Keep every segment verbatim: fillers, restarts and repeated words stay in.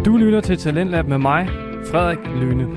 Du lytter til Talentlab med mig, Frederik Lyne.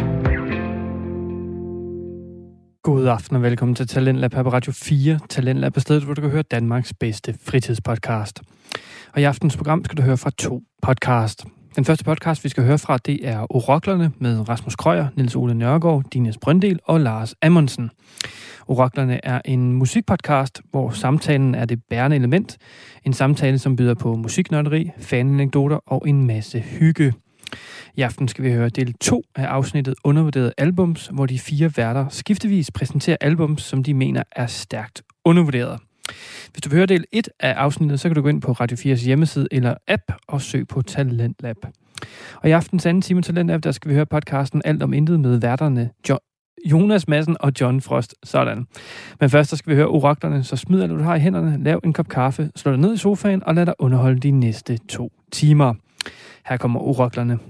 God aften og velkommen til Talentlab her på Radio fire. Talentlab er stedet, hvor du kan høre Danmarks bedste fritidspodcast. Og i aftens program skal du høre fra to podcast. Den første podcast, vi skal høre fra, det er Oroklerne med Rasmus Krøyer, Niels Ole Nørgaard, Dines Brøndel og Lars Amundsen. Oroklerne er en musikpodcast, hvor samtalen er det bærende element. En samtale, som byder på musiknørderi, fananekdoter og en masse hygge. I aften skal vi høre del to af afsnittet Undervurderede albums, hvor de fire værter skiftevis præsenterer albums, som de mener er stærkt undervurderet. Hvis du vil høre del et af afsnittet, så kan du gå ind på Radio fires hjemmeside eller app og søg på Talentlab. Og i aftens anden time Talentlab, der skal vi høre podcasten Alt om Intet med værterne jo- Jonas Madsen og John Frost. Sådan. Men først så skal vi høre Oroklerne, så smid alt, hvad du har i hænderne, lav en kop kaffe, slå dig ned i sofaen og lad dig underholde de næste to timer. Her kommer Oroklerne.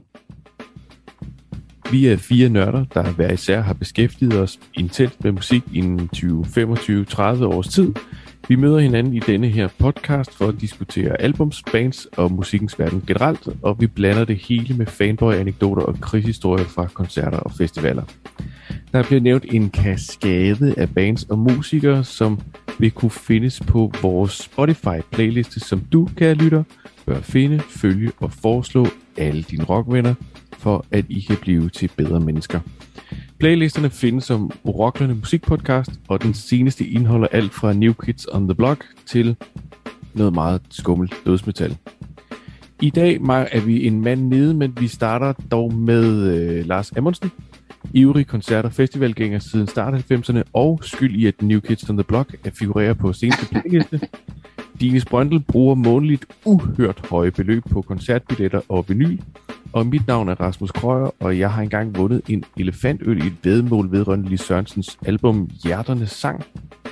Vi er fire nørder, der hver især har beskæftiget os intenst med musik i tyve, femogtyve, tredive års tid. Vi møder hinanden i denne her podcast for at diskutere albums, bands og musikkens verden generelt, og vi blander det hele med fanboy-anekdoter og krigshistorier fra koncerter og festivaler. Der bliver nævnt en kaskade af bands og musikere, som vil kunne findes på vores Spotify-playliste, som du, kære lytter, bør finde, følge og foreslå alle dine rockvenner, for at I kan blive til bedre mennesker. Playlisterne findes som Oroklerne musikpodcast, og den seneste indeholder alt fra New Kids on the Block til noget meget skummelt dødsmetal. I dag er vi en mand nede, men vi starter dog med øh, Lars Amundsen, ivrig koncert- og festivalgænger siden start af halvfemserne, og skyld i, at New Kids on the Block er figurerer på seneste playliste. Dines Brøndel bruger månedligt uhørt høje beløb på koncertbilletter og vinyl. Og mit navn er Rasmus Krøyer, og jeg har engang vundet en elefantøl i et væddemål vedrørende Lis Sørensens album Hjerternes Sang.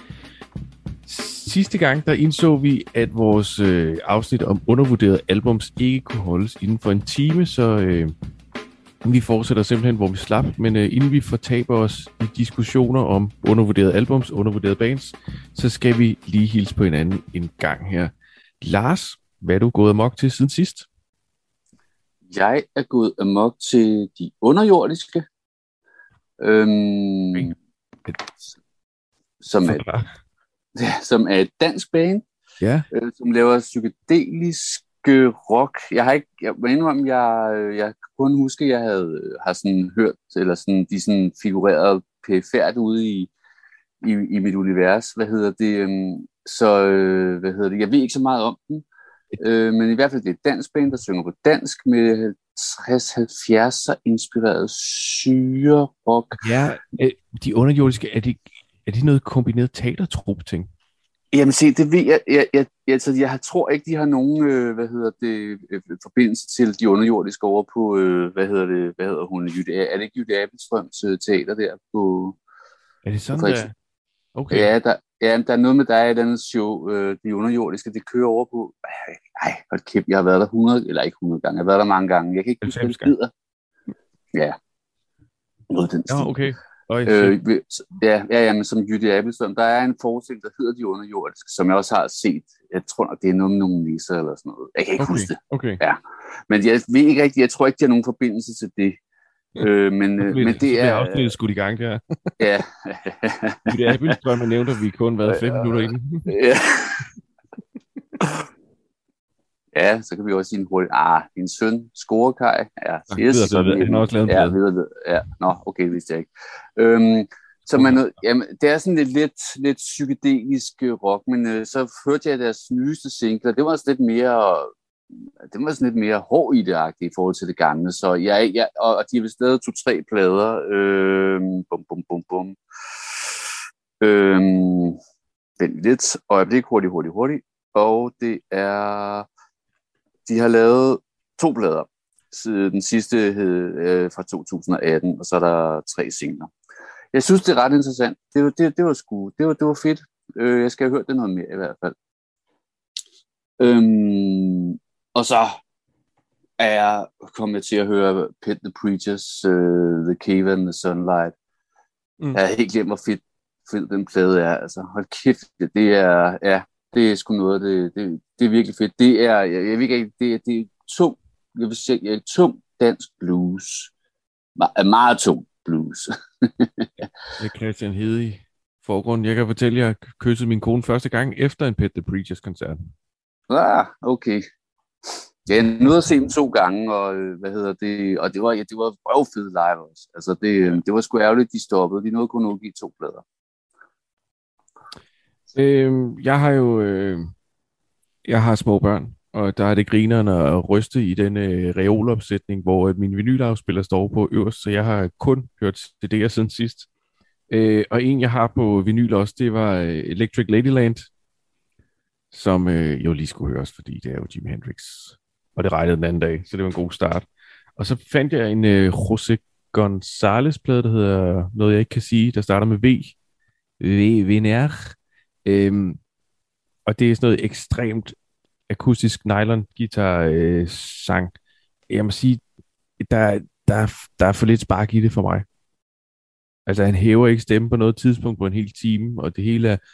Sidste gang der indså vi, at vores øh, afsnit om undervurderede albums ikke kunne holdes inden for en time, så øh, vi fortsætter simpelthen, hvor vi slap. Men øh, inden vi fortaber os i diskussioner om undervurderede albums, undervurderede bands, så skal vi lige hilse på hinanden en gang her. Lars, hvad er du gået amok til siden sidst? Jeg er gået amok til De Underjordiske, øhm, okay. som, er, som er et dansk band, ja. øh, som laver psykedelisk rock. Jeg har ikke, jeg må indrømme, jeg, jeg kan kun huske, at jeg havde, har sådan hørt, eller sådan, de sådan figurerede pæfærd ude i, i, i mit univers. Hvad hedder det? Øhm, så, øh, hvad hedder det? Jeg ved ikke så meget om den. Øh, men i hvert fald det er et dansk band, der synger på dansk med halvtreds halvfjerdser inspireret syre rock. Ja, De Underjordiske, er de, er de noget kombineret teatertrup ting? Jamen se, det ved jeg, jeg, jeg, altså, jeg tror ikke, de har nogen, øh, hvad hedder det, øh, forbindelse til De Underjordiske over på, øh, hvad hedder det, hvad hedder hun, Jytte, er det ikke Jytte Abildstrøms øh, teater der på... Er det sådan der? Okay. Ja, der, ja, der er noget med dig i et andet show, øh, De Underjordiske, det kører over på... Ej, hold kæft, jeg har været der hundrede, eller ikke hundrede gange, jeg har været der mange gange. Jeg kan ikke huske, hvad det hedder. Ja. Noget den stil. Ja, okay. Øj, øh, ja, ja, ja, men som Jytte Abildstrøm, der er en forestilling, der hedder De Underjordiske, som jeg også har set. Jeg tror nok, det er noget med nogle nisser eller sådan noget. Jeg kan ikke okay. huske det. Okay. Ja. Men jeg ved ikke rigtigt, jeg tror ikke, de har nogen forbindelse til det. Øh, men, det men det er... Så bliver også skudt i gang der. Ja. Jytte Abildstrøm har nævnt, at vi kun været fem minutter inde. Ja. Ja, så kan vi også sige en hurtig... Ah, en søn, Scorekaj. Ja, yes, så det, han har også lavet en ja, videre, det. Ja, nå, okay, det vidste jeg ikke. Øhm, så man, jamen, det er sådan lidt, lidt, lidt psykedelisk rock, men øh, så hørte jeg deres nyeste singler. Det var også lidt mere... Det var sådan lidt mere hård i det i forhold til det gamle. Så jeg, jeg, og, og de har vist lavet to-tre plader. Øhm, bum, bum, bum, bum. Øhm, vent lidt. Øjeblik, hurtigt, hurtigt, hurtigt. Og det er... De har lavet to plader. Den sidste hed øh, fra to tusind og atten, og så er der tre singler. Jeg synes, det er ret interessant. Det var, det, det var, sgu, det var, det var fedt. Øh, jeg skal have hørt det noget mere i hvert fald. Øhm, og så er jeg kommet til at høre Pit the Preachers, uh, The Cave and the Sunlight. Mm. Jeg har helt glemt, hvor fedt, fedt den plade er. Altså, hold kæft, det er... Ja, det er sgu noget, det, det, det er virkelig fedt. Det er, jeg, jeg ved ikke, det, det er tung, jeg vil sige, jeg er tung dansk blues. Me- meget tung blues. Det er Christian Hede i forgrunden. Jeg kan fortælle, at jeg kyssede min kone første gang efter en Pet the Preachers koncert. Ah, okay. Ja, jeg nåede at se dem to gange, og hvad hedder det, og det var, ja, det var røvfede live også. Altså, det, det var sgu ærgerligt, de stoppede. De nåede kun at udgive to plader. Øh, jeg har jo øh, jeg har små børn, og der er det grinerne at ryste i den øh, reolopsætning, hvor øh, min vinylafspiller står på øverst, så jeg har kun hørt C D'er siden sidst. Øh, og en, jeg har på vinyl også, det var øh, Electric Ladyland, som øh, jo lige skulle høres, fordi det er jo Jimi Hendrix. Og det regnede den anden dag, så det var en god start. Og så fandt jeg en øh, José González-plade, der hedder Noget jeg ikke kan sige, der starter med V. V. Vener. Øhm, og det er sådan noget ekstremt akustisk nylon-guitar-sang. Jeg må sige, der, der, der er for lidt spark i det for mig. Altså, han hæver ikke stemme på noget tidspunkt på en hel time, og det hele er...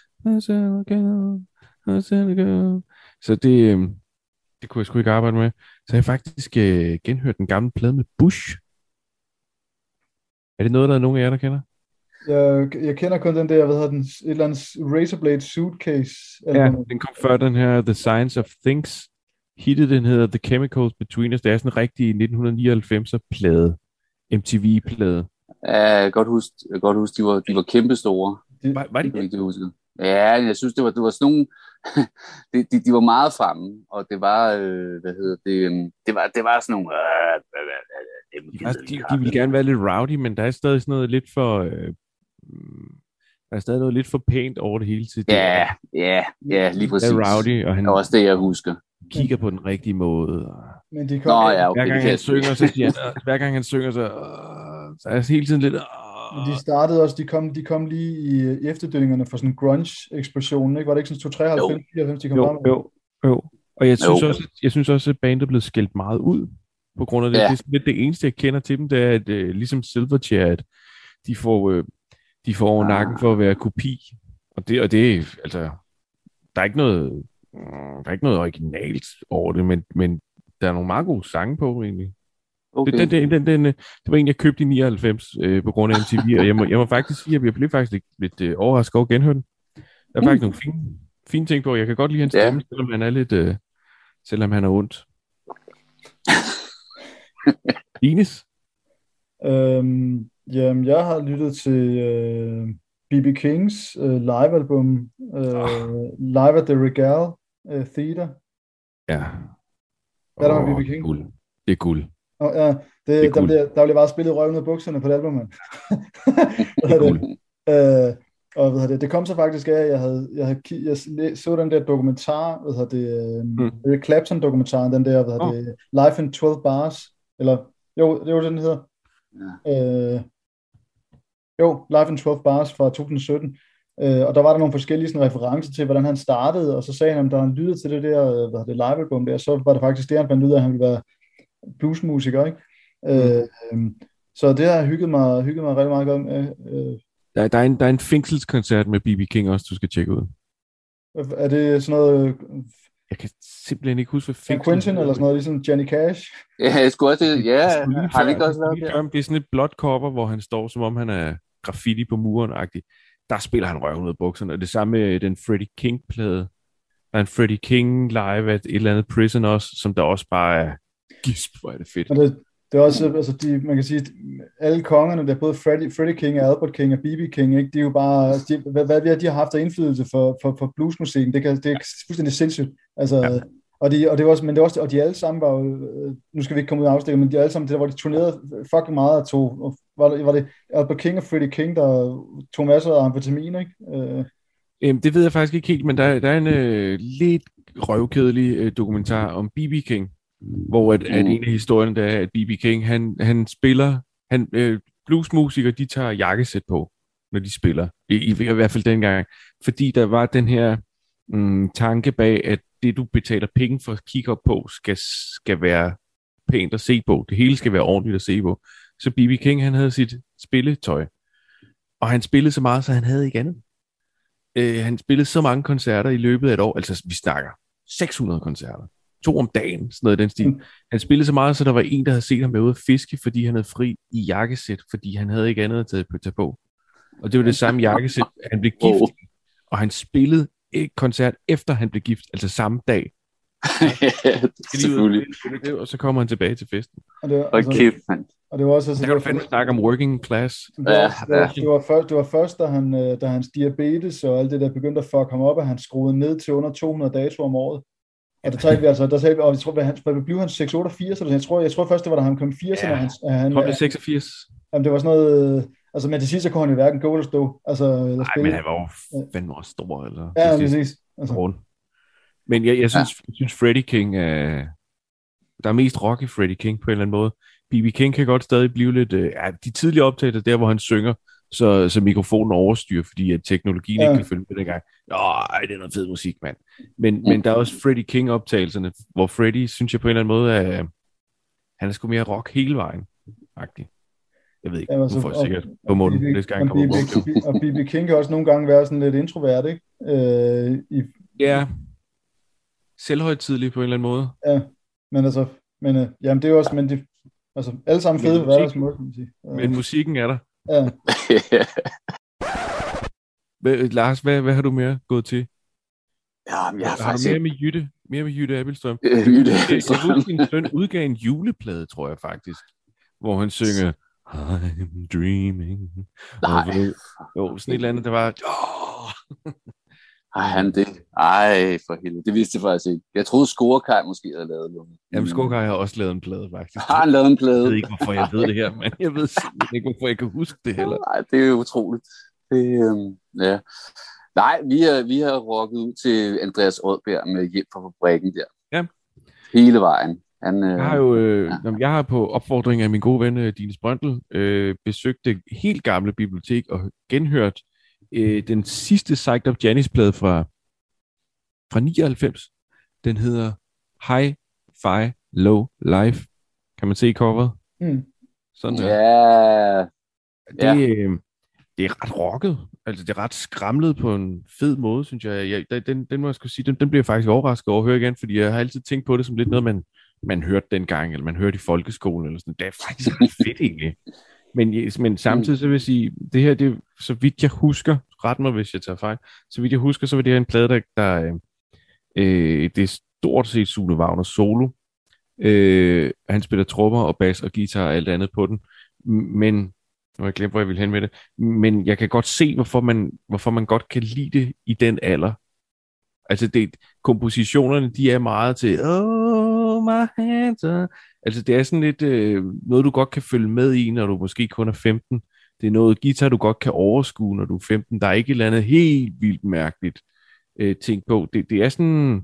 Så det, øh, det kunne jeg sgu ikke arbejde med. Så jeg har faktisk øh, genhørt den gamle plade med Bush. Er det noget, der er nogen af jer, der kender? Jeg, jeg kender kun den der, hvad hedder den, et eller andet Razorblade Suitcase. Ja, den kom før den her The Science of Things. Hittet den hedder The Chemicals Between Us. Det er sådan en rigtig nitten nioghalvfemser-plade. M T V-plade. Ja, jeg kan godt huske, jeg kan godt huske de var, de var kæmpe store. Var, var det det? Det huske. Ja, jeg synes, det var, det var sådan nogle... de, de, de var meget fremme, og det var... Øh, hvad hedder det? Det var, det var sådan nogle... Øh, øh, de, var, de, de ville gerne være lidt rowdy, men der er stadig sådan noget lidt for... Øh, der er stadig noget lidt for pænt over det hele tiden. Ja, ja, ja, lige præcis. Det er rowdy, og han... Det er også det, jeg husker. Kigger på den rigtige måde. Og... Men de kom Nå, ja, okay, hver gang han synger, så siger han, hver gang han synger, så, øh, så er jeg hele tiden lidt... Øh, De startede også, de kom, de kom lige i efterdønningerne for sådan en grunge-eksplosion, ikke? Var det ikke sådan to treoghalvfems fireoghalvfems, de kom jo, frem? Jo, jo. Og jeg synes, jo. også, jeg synes også, at bandet er blevet skældt meget ud på grund af det. Ja. Det er lidt det eneste, jeg kender til dem, det er, at uh, ligesom Silverchair, at de får, uh, de får over Ah. nakken for at være kopi. Og det, og det altså, der er ikke noget, der er ikke noget originalt over det, men, men der er nogle meget gode sange på, egentlig. Okay. Den, den, den, den, det var en, jeg købte i nioghalvfems øh, på grund af M T V, og jeg må, jeg må faktisk sige, at jeg blev faktisk lidt, lidt øh, overrasket over at genhøre den. Der er Mm. faktisk nogle fine, fine ting på. Jeg kan godt lide hans stemme, Ja. selvom han er lidt, øh, selvom han er ondt. Ines? Øhm, jamen, jeg har lyttet til øh, B B Kings øh, livealbum, øh, Oh. Live at the Regal øh, Theater. Ja. Hvad er der med Åh, B B King? Guld. Det er guld. Og, ja, det, er der, cool. bliver, der bliver bare spillet røven ud af bukserne på det album, mand. Det er cool. Øh, og hvad hedder det, det kom så faktisk af, at jeg havde, jeg havde ki- jeg læ- så den der dokumentar, hvad hedder det, øh, Mm. Eric Clapton dokumentaren, den der, hvad hedder Oh. det, Life in tolv Bars, eller, jo, det var det, den hedder. Øh, jo, Life in tolv Bars fra to tusind sytten. Øh, og der var der nogle forskellige sådan, referencer til, hvordan han startede, og så sagde han, at da han lyttede til det der, hvad hedder det, livealbum der, så var det faktisk det, han fandt ud af, at han ville være bluesmusiker, ikke? Mm. Øh, så det har jeg hygget mig, hygget mig rigtig meget godt med. Øh, Der, der, er en, der er en fængselskoncert med B B King også, du skal tjekke ud. er det sådan noget Jeg kan simpelthen ikke huske, hvad San Quentin eller sådan noget, ligesom Johnny Cash? Ja, jeg skulle også det. Ja, Lige har før- han ikke også været lige der? før, Det er sådan et blåt cover, hvor han står, som om han er graffiti på muren-agtig. Der spiller han røven ud af bukserne. Og det samme med den Freddie King-plade. Der er en Freddie King live at et eller andet Prison også, som der også bare er gisp, hvor er det fedt. Og det, det er også, altså de, man kan sige, at alle kongerne, der både Freddie, Freddie King, Albert King og B B King, ikke, de er jo bare, de, hvad, hvad de har haft af indflydelse for, for, for bluesmusikken, det, kan, det er fuldstændig sindssygt. Altså, Ja. og, de, og det var også, men det var også, og de alle sammen var jo, nu skal vi ikke komme ud af afstikker, men de alle sammen, det der, hvor de turnerede fucking meget og tog, og var det, var det Albert King og Freddie King, der tog masser af amfetamin, ikke? Øh, Øhm, det ved jeg faktisk ikke helt, men der, der er en øh, lidt røvkedelig øh, dokumentar om B B King, hvor at, at en af historierne der er, at B B King, han, han spiller, han, øh, bluesmusikere, de tager jakkesæt på, når de spiller, I, i, i hvert fald dengang, fordi der var den her mm, tanke bag, at det du betaler penge for at kigge op på, skal, skal være pænt at se på, det hele skal være ordentligt at se på. Så B B King, han havde sit spilletøj, og han spillede så meget, så han havde ikke andet. Øh, han spillede så mange koncerter i løbet af et år, altså vi snakker seks hundrede koncerter. to om dagen, sådan noget i den stil. Mm. Han spillede så meget, så der var en, der havde set ham være ude at fiske, fordi han havde fri i jakkesæt, fordi han havde ikke andet at tage, tage på. Og det var det samme jakkesæt, han blev gift, oh. og han spillede et koncert efter han blev gift, altså samme dag. Ja, selvfølgelig. Og så kommer han tilbage til festen. Og det var, altså, okay, man. Og det var også... Altså, der kan du fandme snakke om working class. Det var, ja, det var, det var, først, det var først, da, han, da hans diabetes og alt det der begyndte at fuck ham op, at han skruede ned til under to hundrede datoer om året. Og der talte vi altså, der talte vi, og jeg tror, hvad han, hvad blev han seks otteogfirs, eller jeg tror, jeg tror først, det var, da han kom firserne. Ja, han, han, han, seksogfirs. Jamen, det var sådan noget, altså, men til sidst, så kunne han jo hverken gå eller stå, altså, eller Nej, spille. men han var jo fandme også stor, eller? Ja, præcis. Altså. Men jeg, jeg synes, ja. jeg synes Freddie King er, der er mest rock i Freddie King på en eller anden måde. B B King kan godt stadig blive lidt, øh, ja, de tidlige optagelser, der hvor han synger, så, så mikrofonen overstyrer, fordi at teknologien ja. ikke kan følge med den gang. Ej, det er noget fed musik, mand. Men, mm. men der er også Freddie King optagelserne, hvor Freddie, synes jeg på en eller anden måde, er, han er sgu mere rock hele vejen, faktisk. Jeg ved ikke, ja, altså, nu får jeg sikkert på munden, næste gang kommer på. Og B B King kan også nogle gange være sådan lidt introvert, ikke? Øh, i... Ja, selvhøjtidlig på en eller anden måde. Ja, men altså, men, øh, jamen det er også, men de, altså, alle sammen fede ved hverdags måde, kan man sige. Ja. Men musikken er der. Ja. Hvad, Lars, hvad, hvad har du mere gået til? Ja, jeg har, har faktisk... du mere med Jytte? Mere med Jytte Abildstrøm? Øh, Jytte Abildstrøm. Jeg husker, min søn udgav en juleplade, tror jeg faktisk, hvor han synger I'm dreaming. Nej. Og, jo, sådan et eller andet, der var... Oh. Ej, han det. Ej, for helvede. Det vidste jeg faktisk ikke. Jeg troede, Scorekaj måske havde lavet noget. Jamen, Scorekaj har også lavet en plade, faktisk. Har han lavet en plade? Jeg ved ikke, hvorfor jeg ved det her, men jeg ved simpelthen ikke, hvorfor jeg kan huske det heller. Nej, det er jo utroligt. Det, øhm, ja. Nej, vi har, vi har rocket ud til Andreas Odbjerg med Hjem fra fabrikken der. Ja. Hele vejen. Han, øh, jeg har jo, øh, ja. jeg har på opfordring af min gode ven, Dines Brøndel, øh, besøgt det helt gamle bibliotek og genhørt øh, den sidste Psyched Up Janis-plade fra, fra nioghalvfems. Den hedder Hi-Fi Low Life. Kan man se i coveret? Mm. Sådan der. Yeah. Det, yeah. øh, det er ret rocket. Altså, det er ret skramlet på en fed måde, synes jeg. jeg den, den må jeg skulle sige, den, den bliver jeg faktisk overrasket over at høre igen, fordi jeg har altid tænkt på det som lidt noget, man, man hørte dengang, eller man hørte i folkeskolen, eller sådan. Det er faktisk ret fedt, egentlig. Men, men samtidig så vil jeg sige, det her, det, så vidt jeg husker, ret mig, hvis jeg tager fejl, så vidt jeg husker, så var det her en plade, der, der øh, det er stort set Sune Wagner solo. Øh, han spiller trommer og bas og guitar og alt andet på den, men nu har jeg glemt, hvor jeg ville hen med det, men jeg kan godt se, hvorfor man, hvorfor man godt kan lide det i den alder. Altså, det, kompositionerne, de er meget til, oh, my hands are... Altså, det er sådan lidt øh, noget, du godt kan følge med i, når du måske kun er femten. Det er noget guitar, du godt kan overskue, når du er femten. Der er ikke et eller andet helt vildt mærkeligt øh, ting på. Det, det er sådan...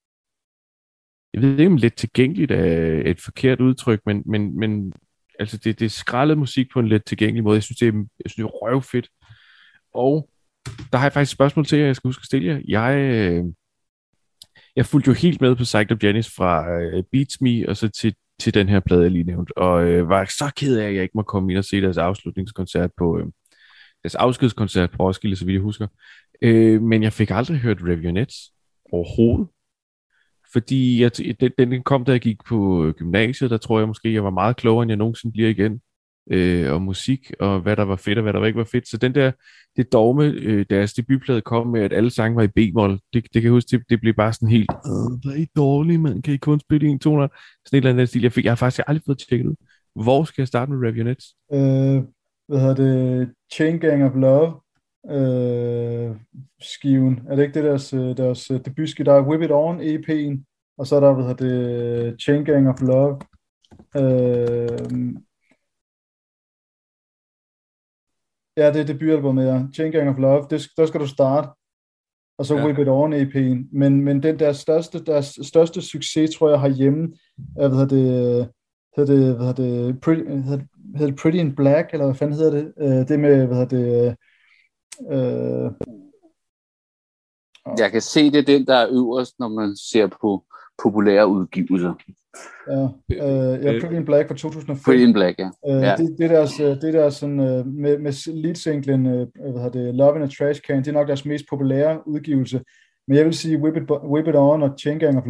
Jeg ved ikke, om lidt tilgængeligt er et forkert udtryk, men, men, men altså, det, det er skrællet musik på en lidt tilgængelig måde. Jeg synes, det er, jeg synes, det er røvfedt. Og der har jeg faktisk et spørgsmål til jer, jeg skal huske at stille jer. Jeg, øh, jeg fulgte jo helt med på Psyched Up Janis fra øh, Beats Me, og så til, til den her plade, jeg lige nævnte. Og øh, var så ked af, at jeg ikke må komme ind og se deres afslutningskoncert på, øh, deres afskedskoncert på Roskilde, så vidt jeg husker. Øh, men jeg fik aldrig hørt Raveonettes overhovedet. Fordi jeg, den, den kom, da jeg gik på gymnasiet, der tror jeg måske, jeg var meget klogere, end jeg nogensinde bliver igen. Øh, og musik, og hvad der var fedt, og hvad der ikke var fedt. Så den der, det dogme, øh, deres debutplade kom med, at alle sange var i B-mol, det, det kan jeg huske, det, det blev bare sådan helt, hvad er I dårlige, man kan I kun spille i en toner? Sådan et eller andet stil. Jeg, fik, jeg har faktisk aldrig fået tjekket ud. Hvor skal jeg starte med Raveonettes? Øh, hvad hedder det? Chain Gang of Love øh, skiven. Er det ikke det deres, deres debutskive? Der er Whip It On E P'en, og så er der, hvad hedder det, Chain Gang of Love. Øh, Ja, det er debutalbummet, ja. Chain Gang of Love, det, der skal du starte. Og så ja. Whip It On E P'en. Men, men den der største, deres største succes, tror jeg, herhjemme, er, hvad hedder det, hedder det, hvad hedder det, Pretty, hedder det Pretty in Black, eller hvad fanden hedder det? Uh, det med, hvad hedder det, uh, Jeg kan se, det er den, der er øverst, når man ser på populære udgivelser. Ja, øh, ja, Pretty in Black fra to tusind og fem. Pretty in Black, ja. Øh, ja. Det, det er deres, det er deres sådan, med, med lead-singlen, hvad hedder det, Love in a Trash Can, det er nok deres mest populære udgivelse. Men jeg vil sige, Whip It, Whip It On og Chain Gang of Love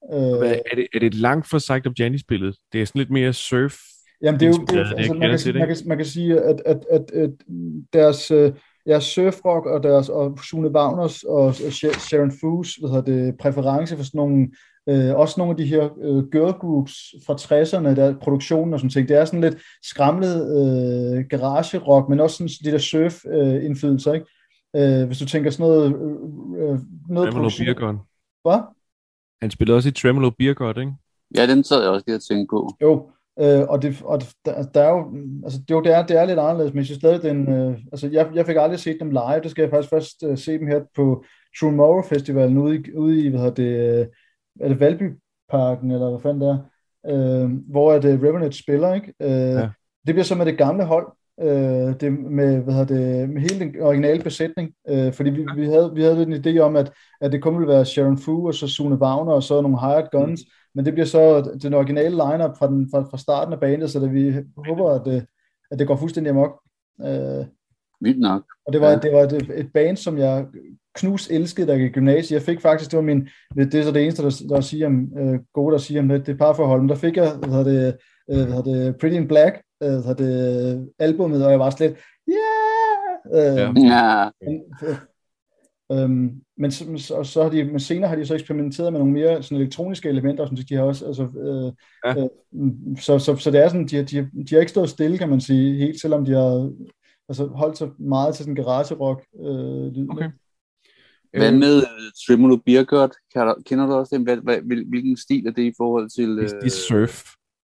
Øh, Hvad, er, det, er det langt fra Psyched Up Janis-spillet? Det er sådan lidt mere surf. Jamen, det er jo, det er jo altså, man, kan, sige, man, kan, man kan sige, at, at, at, at deres, deres surfrock og deres og Sune Wagners og Sharon Foos, hvad hedder det, præference for sådan nogle, øh, også nogle af de her øh, girl groups fra tresserne, der produktionen og sådan ting, det er sådan lidt skramlet øh, garage-rock, men også sådan de der surf-indflydelser, øh, ikke? Øh, hvis du tænker sådan noget... Øh, noget Tremolo Beer Gun. Hvad? Han spillede også i Tremolo Beer Gun, ikke? Ja, den sad jeg også lige at tænke på. Jo, øh, og, det, og der, der er jo, altså jo, det er, det er lidt anderledes, men jeg synes stadig, den, øh, altså jeg, jeg fik aldrig set dem live, det skal jeg faktisk først øh, se dem her på Tomorrow Festivalen ude i, ude i hvad hedder det, øh, er det Valbyparken, eller hvad fanden det er, øh, hvor er det Revenant spiller, ikke? Øh, ja. Det bliver så med det gamle hold, øh, det med, hvad hedder det, med hele den originale besætning, øh, fordi vi, vi, havde, vi havde en idé om, at, at det kun ville være Sharon Fu, og så Sune Wagner, og så nogle hired guns, mm. men det bliver så den originale lineup fra, den, fra, fra starten af bandet, så det, vi håber, at det, at det går fuldstændig amok. Øh, Vildt nok. Og det var, ja. det var et, et band, som jeg knus elskede, da jeg gik i gymnasiet. Jeg fik faktisk, det var min, det er så det eneste, der, der siger om, øh, gode, der siger om det, det er parforhold, men der fik jeg, hvad hedder det, øh, hvad hedder det, Pretty in Black, øh, hvad hedder det, albumet, og jeg var slet, yeah! Øh, ja. Men, øhm, men, så, så har de, men senere har de så eksperimenteret med nogle mere sådan elektroniske elementer, som de har også, altså, øh, ja. øh, så, så, så det er sådan, de, de, de har ikke stået stille, kan man sige, helt selvom de har altså, holdt sig meget til sådan garage-rock. Øh, okay. Hvad med uh, Tremolo Beer Gun? Kender du også det? Hvad, hvad, hvilken stil er det i forhold til... Uh... Det er surf.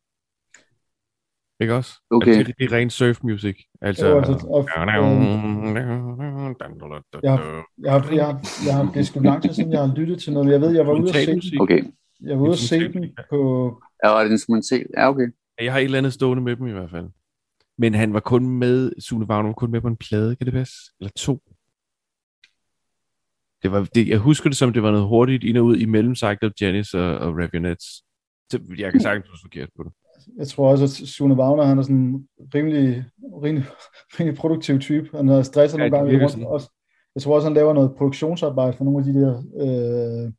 Ikke også? Okay. Altså, det, det er ren surf-musik. Altså... Jo, altså og, øh, jeg, har, jeg, har, jeg, har, jeg har, det er sgu lang tid siden, jeg har lyttet til noget, men jeg ved, jeg var ude at se den. Okay. Jeg var ude at se den på... Ja, var det instrumental? Ja, okay. Jeg har et eller andet stående med dem i hvert fald. Men han var kun med, Sune Wagner var kun med på en plade, kan det passe? Eller to? Det var, det, jeg husker det som, det var noget hurtigt ind og ud imellem Psyched Up Janis og, og Raveonettes. Jeg kan sagtens huske forkert på det. Jeg tror også, at Sune Wagner, han er sådan en rimelig, rimelig, rimelig produktiv type. Han har stresset ja, nogle gange rundt. Også. Jeg tror også, han laver noget produktionsarbejde for nogle af de der øh,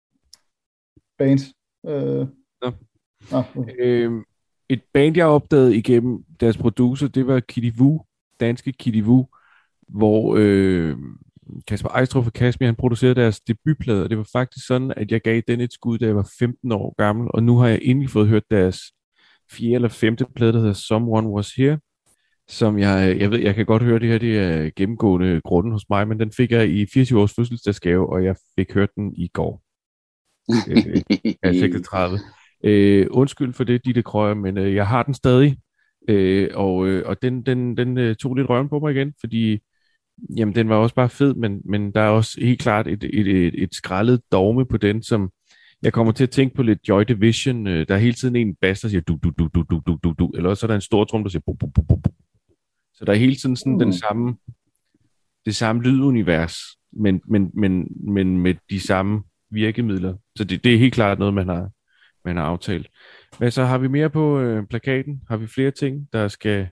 bands. Øh, ja. ah, okay. øhm, et band, jeg opdagede igennem deres producer, det var Kitty Wu, danske Kitty Wu, hvor øh, Kasper Ejstrup og Kasper, han producerede deres debutplade, og det var faktisk sådan, at jeg gav den et skud, da jeg var femten år gammel, og nu har jeg endelig fået hørt deres fjerde eller femte plade, der hedder Someone Was Here, som jeg, jeg ved, jeg kan godt høre, det her, det er gennemgående grunden hos mig, men den fik jeg i fireogtyve års fødselsdagsgave, og jeg fik hørt den i går. øh, jeg er seksogtredive. Øh, undskyld for det, Ditte Krøyer, men øh, jeg har den stadig, øh, og, øh, og den, den, den øh, tog lidt røven på mig igen, fordi jamen, den var også bare fed, men, men der er også helt klart et, et, et, et skrællet dogme på den, som jeg kommer til at tænke på lidt Joy Division. Øh, der er hele tiden en bass, der siger du, du, du, du, du, du, du, du, eller også er der en stor trum, der siger bu, bu, bu, bu, bu. Så der er hele tiden sådan mm. den samme, det samme lydunivers, men, men, men, men med de samme virkemidler. Så det, det er helt klart noget, man har man har aftalt. Hvad så, har vi mere på øh, plakaten? Har vi flere ting, der skal...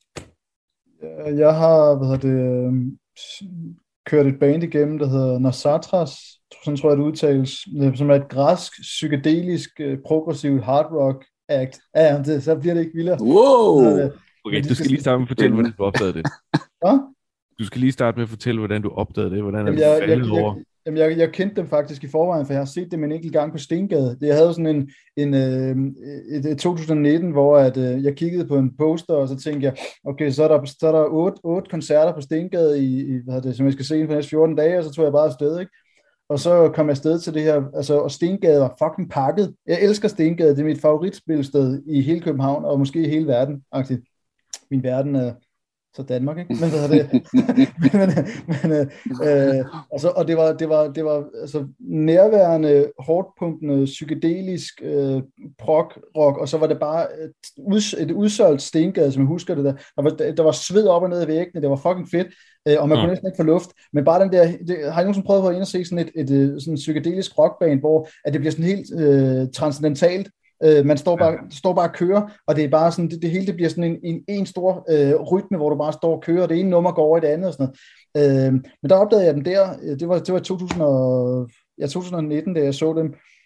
Jeg har, hvad hedder det, øh, kørt et band igennem, der hedder Nosotros, sådan tror jeg, det udtales, som er et græsk, psykedelisk, progressiv hard rock act. Ja, det, så bliver det ikke vildere. Wow! Okay, du skal lige starte med at fortælle, hvordan du opdagede det. Hvad? Du skal lige starte med at fortælde, hvordan du opdagede det. Hvordan jamen, jeg, jeg, jeg, jamen, jeg, jeg kendte dem faktisk i forvejen, for jeg har set dem en enkelt gang på Stengade. Jeg havde sådan en, en øh, et, et to tusind nitten, hvor at, øh, jeg kiggede på en poster, og så tænkte jeg, okay, så er der, så er der otte, otte koncerter på Stengade, i, i, hvad det, som jeg skal se inden for næste fjorten dage, og så tog jeg bare afsted, ikke? Og så kom jeg afsted til det her, altså, og Stengade var fucking pakket. Jeg elsker Stengade, det er mit favoritspilsted i hele København, og måske i hele verden, aktivt. Min verden er så Danmark, ikke? Men hvad er det? men, men, øh, altså, og det var, det var, det var altså, nærværende, hårdpunkende, psykedelisk øh, prog rock, og så var det bare et, ud, et udsolgt Stengade, som jeg husker det der. Der var, der var sved op og ned i væggene, det var fucking fedt, øh, og man kunne næsten ikke få luft. Men bare den der, det, har I nogensinde prøvet på at ind og se sådan et, et, et sådan psykedelisk rockband, hvor at det bliver sådan helt øh, transcendentalt. Uh, man står bare, ja. står bare og kører, og det er bare sådan, det, det hele det bliver sådan en, en, en stor uh, rytme, hvor du bare står og kører, og det ene nummer går over i det andet og sådan noget. Uh, men der opdagede jeg dem der, det var, det var to tusind og, ja, to tusind nitten, da jeg så dem,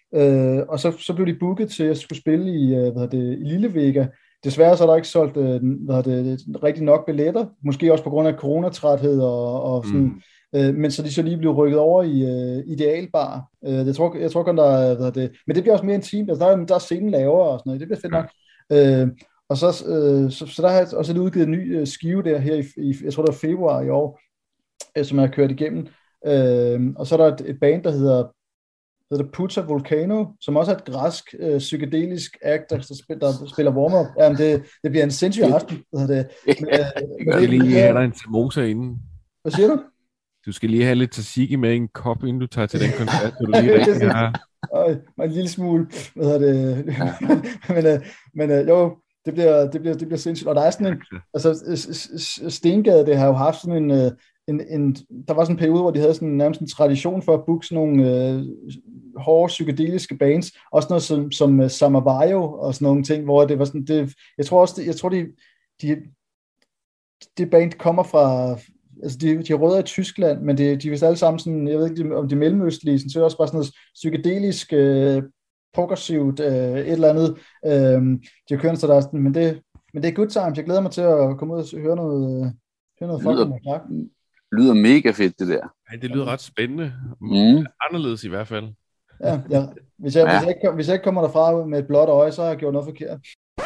Øh, og så, så blev de booket til at skulle spille i, øh, hvad det, i Lille Vega. Desværre så er der ikke solgt øh, hvad det, rigtig nok billetter, måske også på grund af coronatræthed og, og sådan, mm. øh, men så de så lige blev rykket over i øh, Idealbar. Øh, jeg tror, jeg tror kun der er, hvad det, men det bliver også mere intimt, altså der er, der er scenen lavere og sådan noget, det bliver fedt nok. Øh, og så, øh, så, så der har jeg også lige udgivet en ny øh, skive der her i, i, jeg tror det var februar i år, øh, som jeg har kørt igennem. Øh, og så er der et, et band, der hedder hedder det Puta Volcano, som også er et græsk øh, psykedelisk act, der spiller, der spiller warm-up. Jamen, det, det bliver en sindssyg aften. Det. Men, øh, du skal lige have dig en samosa inden. Hvad siger du? Du skal lige have lidt tzatziki med i en kop, inden du tager til den koncert, så du lige rigtig har... Øj, en lille smule. Hvad hedder det? men øh, men øh, jo, det bliver, det, bliver, det bliver sindssygt. Og der er sådan en... Altså, Stengade, det har jo haft sådan en... Øh, En, en, der var sådan en periode, hvor de havde sådan nærmest en tradition for at booke sådan nogle øh, hårde psykedeliske bands, også noget som, som uh, Samavayo og sådan nogle ting, hvor det var sådan, det, jeg tror også, det, jeg tror, de, de, det band kommer fra, altså de, de er rødder i Tyskland, men det, de er vist alle sammen sådan, jeg ved ikke om de er mellemøstlige, sådan, så er det også bare sådan noget psykedelisk, øh, progressivt, øh, et eller andet, øh, de har kørt, så der er sådan, men det, men det er good times, jeg glæder mig til at komme ud og høre noget, øh, høre noget folk om at lyder mega fedt, det der. Ja, det lyder ret spændende. Mm. Anderledes i hvert fald. Ja, ja. Hvis, jeg, ja. Hvis, jeg ikke, hvis jeg ikke kommer derfra med et blåt øje, så har jeg gjort noget forkert.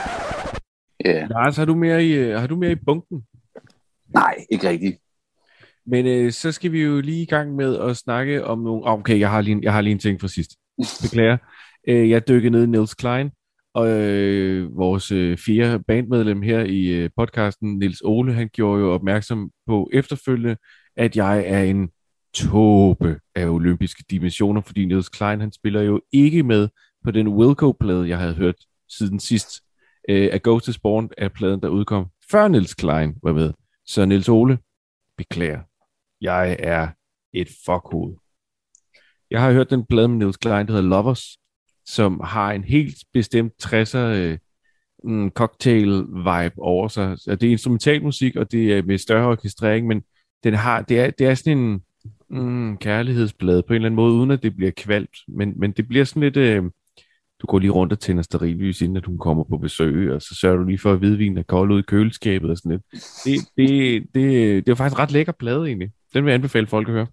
Yeah. Lars, har du mere i, har du mere i bunken? Nej, ikke rigtigt. Men øh, så skal vi jo lige i gang med at snakke om nogle... Okay, jeg har lige, jeg har lige en ting fra sidst. Beklager. øh, jeg dykkede ned i Niels Klein, og øh, vores øh, fire bandmedlem her i øh, podcasten, Niels Ole, han gjorde jo opmærksom på efterfølgende, at jeg er en tåbe af olympiske dimensioner, fordi Niels Klein, han spiller jo ikke med på den Wilco-plade, jeg havde hørt siden sidst. Øh, A Ghost is Born er pladen, der udkom før Niels Klein var med. Så Niels Ole, beklager. Jeg er et fuckhoved. Jeg har hørt den plade med Niels Klein, der hedder Lovers, som har en helt bestemt tresser øh, cocktail-vibe over sig. Så det er instrumentalmusik, og det er med større orkestrering, men den har, det, er, det er sådan en mm, kærlighedsblad på en eller anden måde, uden at det bliver kvalt. Men, men det bliver sådan lidt... Øh, du går lige rundt og tænder stearinlys, inden at hun kommer på besøg, og så sørger du lige for, at hvidvinen er kold ud i køleskabet og sådan lidt. Det, det, det, det er faktisk en ret lækker plade egentlig. Den vil jeg anbefale folk at høre.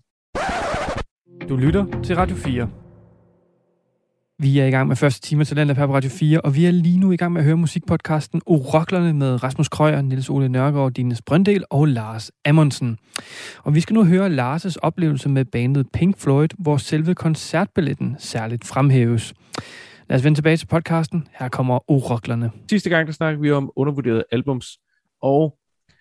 Du lytter til Radio fire. Vi er i gang med første time til Talentlab her på Radio fire, og vi er lige nu i gang med at høre musikpodcasten Oroklerne med Rasmus Krøyer, Niels Ole Nørgaard, Dines Brøndel og Lars Amundsen. Og vi skal nu høre Lars' oplevelse med bandet Pink Floyd, hvor selve koncertbilletten særligt fremhæves. Lad os vende tilbage til podcasten. Her kommer Oroklerne. Sidste gang der snakkede vi om undervurderede albums, og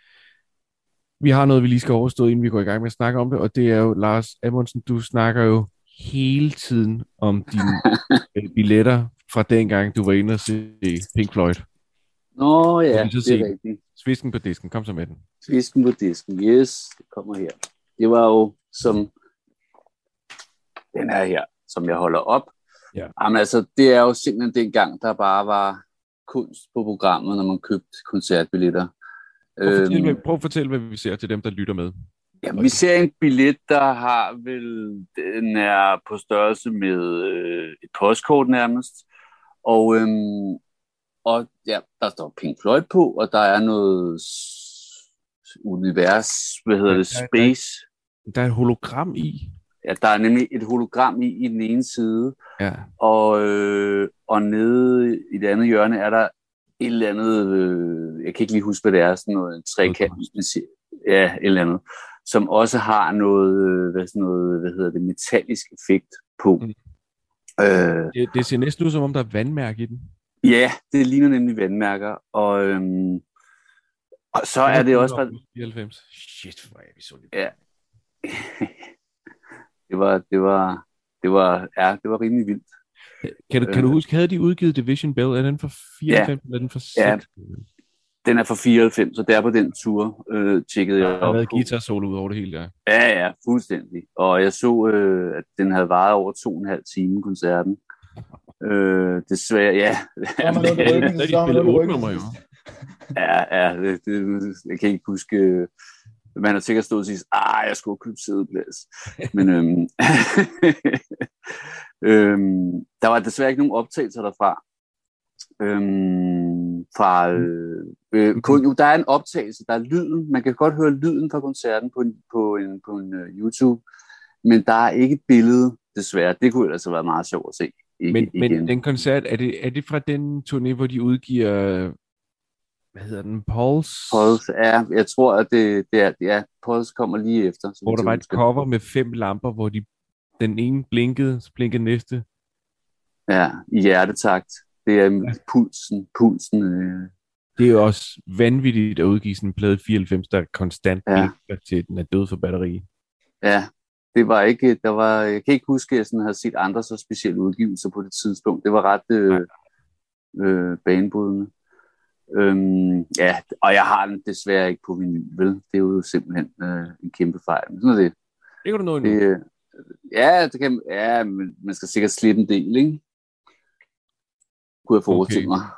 vi har noget, vi lige skal overstå, inden vi går i gang med at snakke om det, og det er jo, Lars Amundsen, du snakker jo hele tiden om dine billetter fra dengang, du var inde og se Pink Floyd. Nå ja, det er rigtigt. Svisken på disken, kom så med den. Svisken på disken, yes, det kommer her. Det var jo som den her her, som jeg holder op. Ja. Jamen altså, det er jo simpelthen den gang, der bare var kunst på programmet, når man købte koncertbilletter. Prøv at fortælle, øhm, prøv at fortælle hvad vi ser til dem, der lytter med. Ja, vi ser en billet, der har vel, den er på størrelse med øh, et postkort nærmest, og, øhm, og ja, der står Pink Floyd på, og der er noget univers, hvad hedder det, space. Der, der er et hologram i. Ja, der er nemlig et hologram i, i den ene side, ja. og, øh, og nede i det andet hjørne er der et eller andet, øh, jeg kan ikke lige huske, hvad det er, sådan noget trekant, ja, et eller andet, som også har noget, hvad, sådan noget, hvad hedder det, metallisk effekt på. Mm. Øh, det, det ser næsten ud, som om der er vandmærke i den. Ja, det ligner nemlig vandmærker, og, øhm, og så er det også bare... fireoghalvfems. Shit, hvor er vi så lidt. Ja. det var, det var, det var, ja, det var rimelig vildt. Kan du, kan du huske, havde de udgivet Division Bell? Er den for fireoghalvfems, ja. Eller er den for seks? Ja, den er for fireoghalvfems, så der på den tur øh, tjekkede jeg op på. Der har været guitar solo ud over det hele, ja. Ja, ja, fuldstændig. Og jeg så, øh, at den havde varet over to og en halv time, koncerten. Øh, desværre, ja. Ja, man det, ryggen, det, de spillede otte nummer, jo. Ja, ja, det, det, jeg kan ikke huske, man har sikkert stået og sige, ah, jeg skulle købe sædeplads. Men øhm, øhm, der var desværre ikke nogen optagelser derfra. Øhm, fra, øh, øh, kun, jo, der er en optagelse, der er lyden. Man kan godt høre lyden fra koncerten på en, på en, på en uh, YouTube, men der er ikke et billede, desværre. Det kunne ellers have været meget sjovt at se. Ikke, men, men den koncert, er det, er det fra den turné, hvor de udgiver, hvad hedder den, Pulse? Pulse, ja. Jeg tror, at det, det er, ja, Pulse kommer lige efter. Hvor der var et cover med fem lamper, hvor de, den ene blinkede, så blinkede næste. Ja, i hjertetakt. Det er ja. pulsen, pulsen. Øh. Det er jo også vanvittigt at udgive sådan en plade fireoghalvfems, der konstant ja. blinker til, den er død for batteri. Ja, det var ikke, der var, jeg kan ikke huske, at jeg sådan havde set andre så specielle udgivelser på det tidspunkt. Det var ret øh, øh, banebrydende. Øhm, ja, og jeg har den desværre ikke på vinyl, vel? Det er jo simpelthen øh, en kæmpe fejl. Men sådan er det. Det kan du nå det, øh, Ja, det kan, ja, men man skal sikkert slippe en del, ikke? Kunne jeg forestille mig.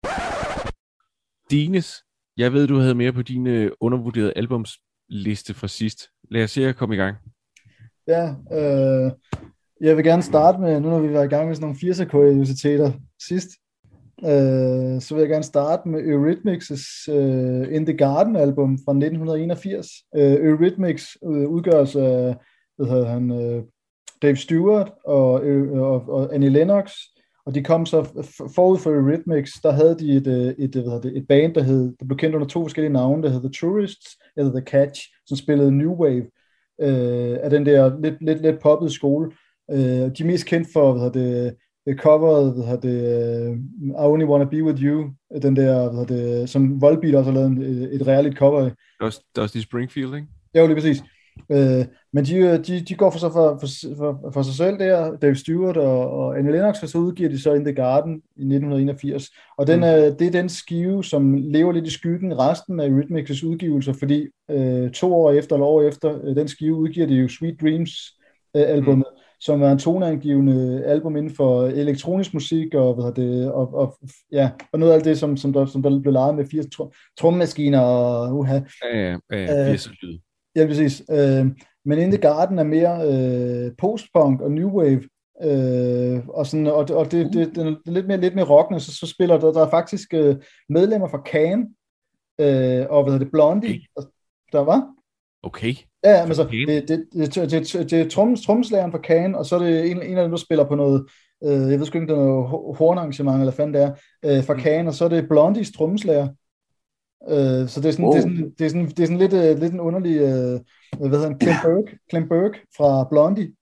Dines, jeg ved, du havde mere på dine undervurderede albumsliste fra sidst. Lad os se at komme i gang. Ja, øh, jeg vil gerne starte med, nu når vi var i gang med sådan nogle firserne-kuriositeter sidst, øh, så vil jeg gerne starte med Eurythmics' uh, In the Garden album fra nitten enogfirs. Uh, Eurythmics uh, udgøres af hvad hedder han, uh, Dave Stewart og, og, og Annie Lennox, og de kom så forud for Eurythmics, der havde de et, et, et, et, et band, der, hed, der blev kendt under to forskellige navne, der hed The Tourists eller The Catch, som spillede New Wave øh, af den der lidt, lidt, lidt poppede skole. Øh, de er mest kendt for, hvad det, det coveret, hvad det, uh, I Only Wanna Be With You, den der, hvad det, som Volbeat også har lavet et, et rærligt cover af. Dusty Springfield, ikke? Ja, lige præcis. Øh, men de, de, de går for, så for, for, for, for sig selv der, Dave Stewart og, og Annie Lennox, og så udgiver de så In the Garden i nitten enogfirs. Og den, mm. øh, det er den skive, som lever lidt i skyggen resten af Eurythmics' udgivelser, fordi øh, to år efter eller år efter øh, den skive udgiver de jo Sweet Dreams øh, albumet, mm. som er en toneangivende album inden for elektronisk musik og, hvad det, og, og, ja, og noget af alt det, som, som, der, som der blev leget med firs trommemaskiner og uha. Ja, ja, ja, firs lyd. Ja, præcis. Øh, men In the Garden er mere øh, postpunk og new wave, øh, og, sådan, og, og det, det, det er lidt mere, lidt mere rockende, så, så spiller der, der er faktisk øh, medlemmer fra Can, øh, og hvad hedder det, Blondie, okay. Der var. Okay. Ja, men så, det, det, det, det, det, det er trommeslageren fra Can, og så er det en, en af dem, der spiller på noget, øh, jeg ved sgu ikke, det er noget hornarrangement, eller fanden det er, øh, fra Can, og så er det Blondies trommeslager. Uh, så det er sådan, oh. det er sådan, det er sådan, det er sådan lidt, uh, lidt en underlig, uh, hvad hedder han, Clem Burke, Clem Burke fra Blondie.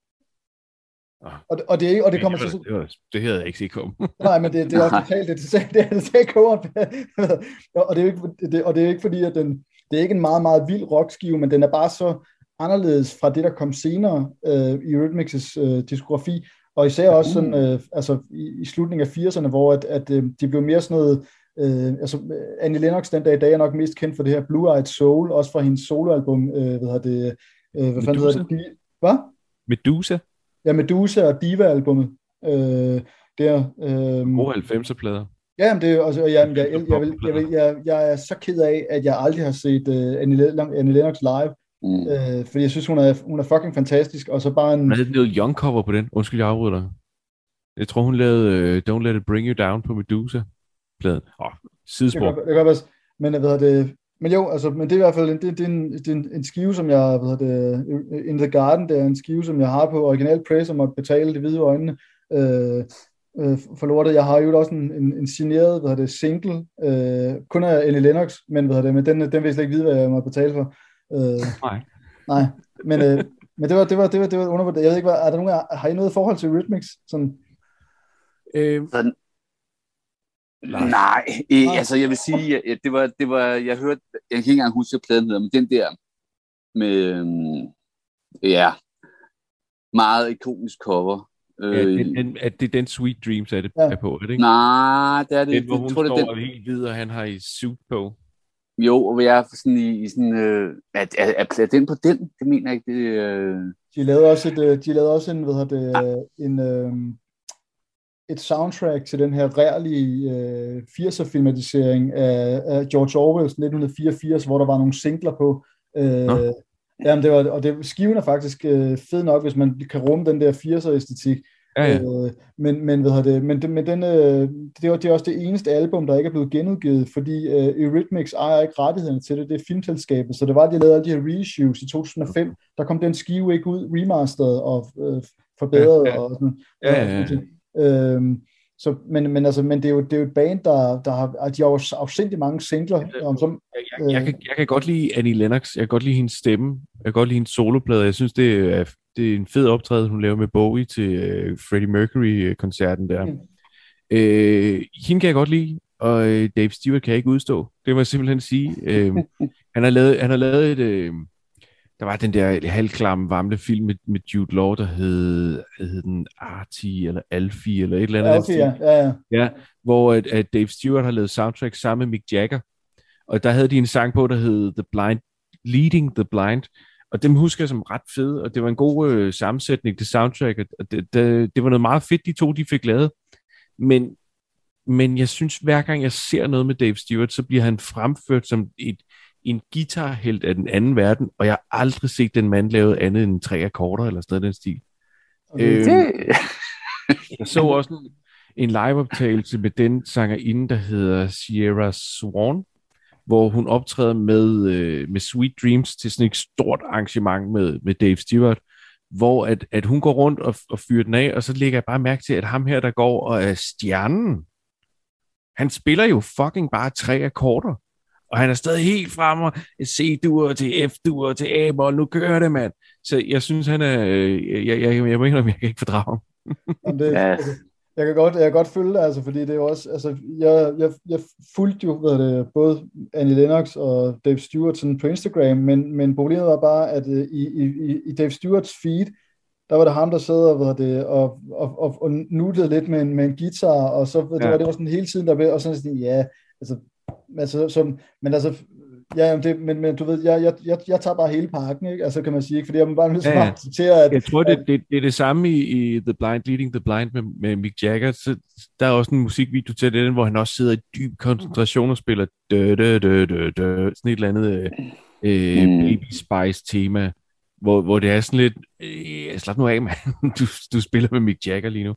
Oh. Og, og det og det kommer det, så det, var, det havde jeg ikke set komme. Nej, men det, det er også totalt det det det er det kommer. Og det er ikke det, og det er ikke fordi at den det er ikke en meget meget vild rockskive, men den er bare så anderledes fra det der kom senere uh, i Eurythmics' uh, diskografi, og især også sådan uh, altså i, i slutningen af firserne, hvor at, at uh, de blev mere sådan noget. Uh, altså Annie Lennox den dag i dag er nok mest kendt for det her Blue Eyed Soul, også fra hendes soloalbum, uh, hvad hedder det, uh, hvad fanden hedder det? Hvad? Medusa? Ja, Medusa og Diva-albummet. Uh, der. Uh, Gode halvfemser-plader. Ja, men det er altså, jeg, jeg, jeg, jeg, vil, jeg, vil, jeg, jeg er så ked af, at jeg aldrig har set uh, Annie, Annie Lennox live, mm. uh, fordi jeg synes, hun er, hun er fucking fantastisk, og så bare en... Hvad er det noget young cover på den? Undskyld, jeg afbryder dig. Jeg tror, hun lavede uh, Don't Let It Bring You Down på Medusa. Pladen. Åh, oh, sidespor. Det kan godt, men hvad hedder det, men jo, altså, men det er i hvert fald en, det, det er en, det er en, en skive, som jeg, hvad hedder det, In the Garden, det er en skive, som jeg har på original press, og måtte betale det hvide øjnene øh, øh, for lortet. Jeg har jo også en, en, en signeret, hvad hedder det, single, øh, kun af Annie Lennox, men hvad hedder det, men den, den vil jeg slet ikke vide, hvad jeg måtte betale for. Øh, nej. Nej, men, øh, men det var, det var, det var, det var undervurderet. Jeg ved ikke, hvad, er der nogen, har I noget forhold til Eurythmics? Sådan? Øh, sådan. Nej, Nej. Øh, altså jeg vil sige, at det var, det var, jeg hørte, jeg kan ikke engang huske, hvad pladen hedder, men den der med, ja, meget ikonisk cover. Ja, den, den, er det den Sweet Dreams er det ja. er på, er det ikke? Nej, det er det. Den, hvor hun tror, står det, den... helt hvid, og han har i suit på. Jo, og jeg er sådan i, i sådan, øh, er, er, er den på den? Det mener jeg ikke, det øh... De lavede også et, de lavede også en, hvad hedder det, ah. en, øh, et soundtrack til den her rærlige øh, firser-filmatisering af, af George Orwells nitten fireogfirs, hvor der var nogle singler på, Øh, jamen, det var, og det, skiven er faktisk øh, fed nok, hvis man kan rumme den der firser-æstetik. Ja, ja. Øh, men, men, hvad hedder det, men, det, men den, øh, det, var, det er også det eneste album, der ikke er blevet genudgivet, fordi øh, Eurythmics ejer ikke rettighederne til det, det er filmselskabet, så det var, de lavede alle de her reissues i to tusind og fem, der kom den skive ikke ud, remasteret og øh, forbedret, ja, ja. og sådan, ja, ja, ja. Og, øh, så, men, men, altså, men det er jo, det er jo et band, der, der har, de har jo afsindigt mange singler. Om, som, jeg, jeg, jeg, kan, jeg kan godt lide Annie Lennox, jeg kan godt lide hendes stemme, jeg kan godt lide hendes soloplade, jeg synes, det er, det er en fed optræden, hun laver med Bowie til uh, Freddie Mercury-koncerten der. Mm. Øh, hende kan jeg godt lide, og øh, Dave Stewart kan jeg ikke udstå, det må jeg simpelthen sige. øh, han, har lavet, han har lavet et... Øh, der var den der halvklamme varmle film med, med Jude Law, der hed, hed den Artie eller Alfie eller et eller andet. Alfie, ja. Ja, ja. Ja, hvor at, at Dave Stewart har lavet soundtrack sammen med Mick Jagger. Og der havde de en sang på, der hed The Blind, Leading the Blind. Og dem husker jeg som ret fede, og det var en god øh, sammensætning til soundtrack. Og det, det, det var noget meget fedt, de to de fik lavet. Men, men jeg synes, hver gang jeg ser noget med Dave Stewart, så bliver han fremført som et en guitarhelt af den anden verden, og jeg har aldrig set den mand lave andet end tre akkorder, eller sådan den stil. Okay. Øhm, jeg så også en, en liveoptagelse med den sangerinde, der hedder Sierra Swan, hvor hun optræder med, øh, med Sweet Dreams til sådan et stort arrangement med, med Dave Stewart, hvor at, at hun går rundt og, og fyrer den af, og så lægger jeg bare mærke til, at ham her, der går og er stjernen, han spiller jo fucking bare tre akkorder. Og han er stadig helt fremme, C-dur til F-dur til A-mol, nu kører det, mand. Så jeg synes, han er, jeg, jeg, jeg, jeg mener, jeg kan ikke fordrage ham. det, jeg, jeg, kan godt, jeg kan godt følge det, altså, fordi det er jo også, altså, jeg, jeg, jeg fulgte jo, hvad det, både Annie Lennox og Dave Stewart sådan på Instagram, men, men problemet var bare, at uh, i, i, i Dave Stewarts feed, der var det ham, der sad og, hvad det, og, og, og, og nuttede lidt med en, med en guitar, og så det, ja. var, det var sådan hele tiden, der og sådan sådan, ja, altså, Altså, som, men altså, ja, det, men, men du ved, jeg, jeg, jeg, jeg tager bare hele pakken, ikke? Altså, kan man sige, ikke? Fordi jeg må bare nødt til at acceptere, at... Jeg tror, det, det, det er det samme i, i The Blind Leading the Blind med, med Mick Jagger. Så der er også en musikvideo til den, hvor han også sidder i dyb koncentration og spiller dø, dø, dø, dø, dø, sådan et eller andet øh, mm. Baby Spice tema, hvor, hvor det er sådan lidt, øh, slap nu af, man. Du, du spiller med Mick Jagger lige nu.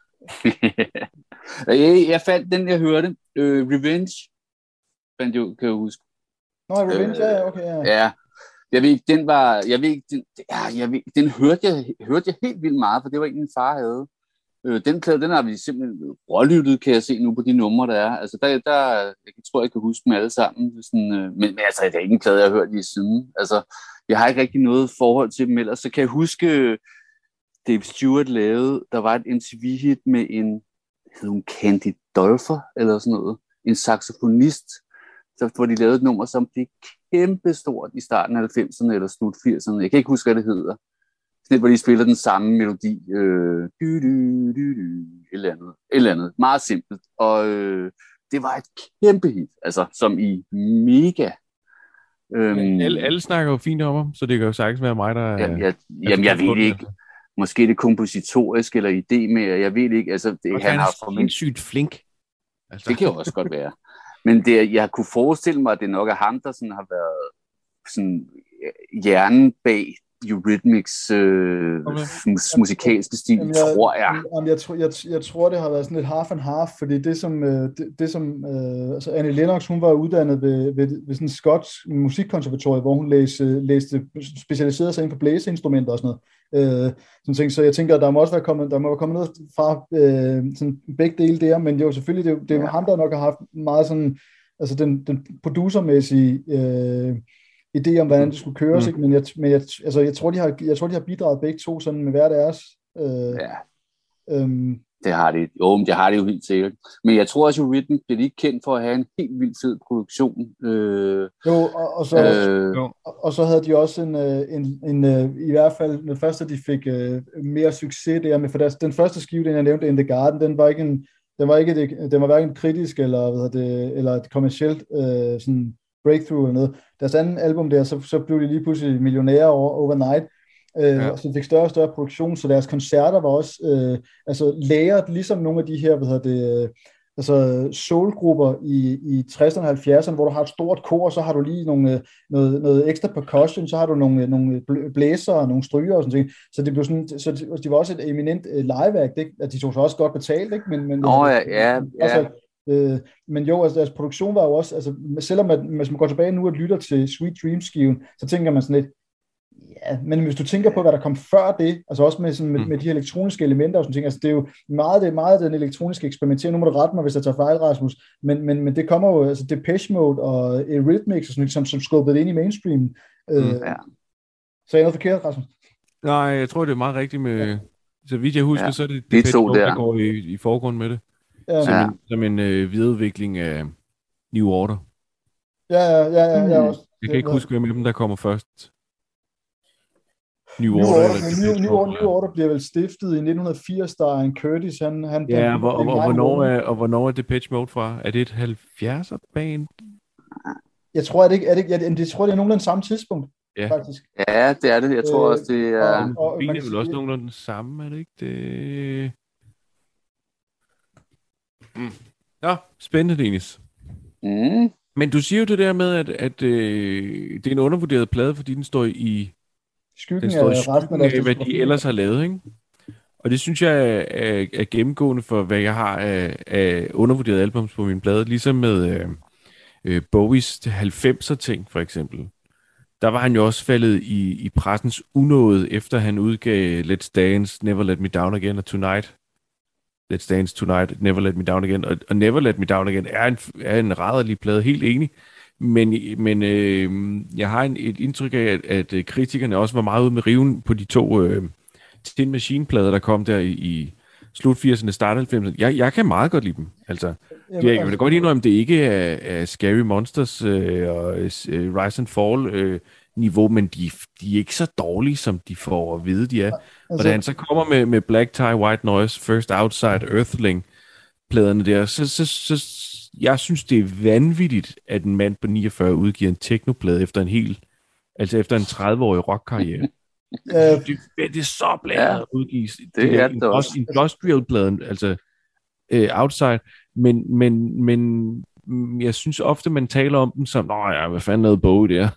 jeg, jeg fandt den, jeg hørte, øh, Revenge, fandt jo, kan jeg huske. Nå, Revenge, øh, ja, okay, ja. Ja, jeg ved ikke, den var, jeg ved ikke, den, ja, jeg ved, den hørte jeg, hørte jeg helt vildt meget, for det var en, min far havde. Øh, den plade, den har vi simpelthen rålyttet, kan jeg se nu på de numre, der er. Altså, der, der jeg tror, jeg kan huske dem alle sammen. Sådan, øh, men, men altså, det er ikke en plade, jeg har hørt lige siden. Altså, jeg har ikke rigtig noget forhold til dem ellers. Så kan jeg huske, Dave Stewart lavede, der var et M T V-hit med en, hed hun Candy Dolfer, eller sådan noget, en saxofonist, så hvor de lavede et nummer, som blev kæmpestort i starten af halvfemserne eller slut firserne. Jeg kan ikke huske, hvad det hedder. Sådan et, hvor de spiller den samme melodi. Øh, dy, dy, dy, dy, et eller andet. Et eller andet. Meget simpelt. Og øh, det var et kæmpe hit. Altså, som i mega. Øhm, alle, alle snakker jo fint om ham, så det kan jo sagtens være mig, der... Jamen, jeg, jamen, jeg ved ikke. Måske det kompositorisk eller idé med, jeg ved ikke. Altså, det, han, han har for sindssygt flink. Altså. Det kan jo også godt være. Men det, jeg kunne forestille mig, at det nok er ham, der sådan har været sådan, hjernen bag Eurythmics øh, okay. mus- musikalske stil, jamen, jeg, tror jeg. Jamen, jeg, jeg, jeg. Jeg tror, det har været sådan lidt half and half, fordi det som, det, det som øh, altså Annie Lennox, hun var uddannet ved, ved, ved sådan en skotsk musikkonservatorium, hvor hun læste, læste specialiserede sig inden for blæseinstrumenter og sådan noget. Øh, sådan ting. Så jeg tænker, at der må også være kommet, der må være kommet noget fra øh, sådan begge dele der, men jo selvfølgelig, det, det er ja. ham, der nok har haft meget sådan, altså den, den producermæssige øh, idé om, hvordan det skulle køres, mm. ikke? Men, jeg, men jeg, altså, jeg, tror, de har, jeg tror, de har bidraget begge to sådan med hver deres. Øh, ja, øhm, det har de. Jo, men det har de jo helt sikkert. Men jeg tror også, at Eurythmics bliver ikke kendt for at have en helt vildt fed produktion. Øh, jo, og, og, så, øh, og, og så havde de også en, en, en, en i hvert fald, den første, de fik uh, mere succes der med, for deres, den første skive, den jeg nævnte, In the Garden, den var ikke en, den var ikke det, den var hverken kritisk eller, hvad det, eller et kommercielt øh, sådan breakthrough eller noget. Deres anden album der, så, så blev de lige pludselig millionærer over, overnight, øh, ja. Og så fik større og større produktion, så deres koncerter var også øh, altså lagret, ligesom nogle af de her, hvad hedder det, altså soulgrupper i, i tresserne og halvfjerdserne, hvor du har et stort kor, så har du lige nogle, noget, noget ekstra percussion, så har du nogle, nogle blæser og nogle stryger og sådan noget. Så det blev sådan, så det, det var også et eminent liveact, ikke? At de tog så også godt betalt, ikke? Men, men, Nå, ja, ja, også, ja. Øh, men jo, altså deres produktion var jo også, altså selvom at, hvis man går tilbage nu og lytter til Sweet Dreams-skiven, så tænker man sådan lidt, ja, men hvis du tænker på, hvad der kom før det, altså også med, sådan, med, med de elektroniske elementer og sådan ting, altså det er jo meget, det er meget den elektroniske eksperimentering, nu må du rette mig, hvis jeg tager fejl, Rasmus, men, men, men det kommer jo, altså Depeche Mode og Eurythmics og sådan noget, som, som skubbede ind i mainstream. Øh, mm, ja. Så er noget forkert, Rasmus? Nej, jeg tror, det er meget rigtigt med, så vidt jeg husker, ja. Så er det Depeche Mode, der. der går i, i forgrund med det. Ja. Som, ja. en, som en øh, videreudvikling af New Order. Ja, ja, ja, ja, ja også. Jeg kan ikke huske, hvem af dem, der kommer først. New, New Order, Order New, New, Order, New Order bliver vel stiftet i nitten firs, der Ian Curtis, han... han ja, han, og, og, og, hvornår er, og hvornår er Depeche Mode fra? Er det et halvfjerdser-band? Jeg tror, at det, er det, jeg, det, jeg tror, det er nogenlunde samme tidspunkt, ja. Faktisk. Ja, det er det. Jeg tror øh, også, det er... Og, og, og, det er vel også nogenlunde den samme, er det ikke det... Mm. Ja, spændende, Dennis. Mm. Men du siger jo det der med, at, at øh, det er en undervurderet plade, fordi den står i skyggen, den står i skyggen af, af, hvad de ellers har lavet, ikke? Og det synes jeg er, er, er gennemgående for, hvad jeg har af, af undervurderede albums på min plade. Ligesom med øh, øh, Bowies halvfemser ting, for eksempel. Der var han jo også faldet i, i pressens unåde, efter han udgav Let's Dance, Never Let Me Down Again og Tonight. Let's Dance Tonight, Never Let Me Down Again. Og, og Never Let Me Down Again er en, er en rædderlig plade, helt enig. Men, men øh, jeg har en, et indtryk af, at, at kritikerne også var meget ude med riven på de to øh, Tin Machine-plader, der kom der i, i slut firserne, start halvfemserne. Jeg, jeg kan meget godt lide dem. Altså, Jamen, jeg, jeg vil godt indrømme, at det ikke er, er Scary Monsters øh, og øh, Rise and Fall øh, niveau, men de, de er ikke så dårlige, som de får at vide, de er. Altså, og da han så kommer med, med Black Tie, White Noise, First Outside, Earthling, pladerne der, så, så, så jeg synes, det er vanvittigt, at en mand på niogfyrre udgiver en teknoplade efter en hel, altså efter en tredive-årig rockkarriere. Ja. det, det er så blæret ja, at udgive. Det, det er en, det også. Industrial-pladen, altså uh, Outside, men, men, men jeg synes ofte, man taler om dem som, nå ja, hvad fanden lavede Bowie der?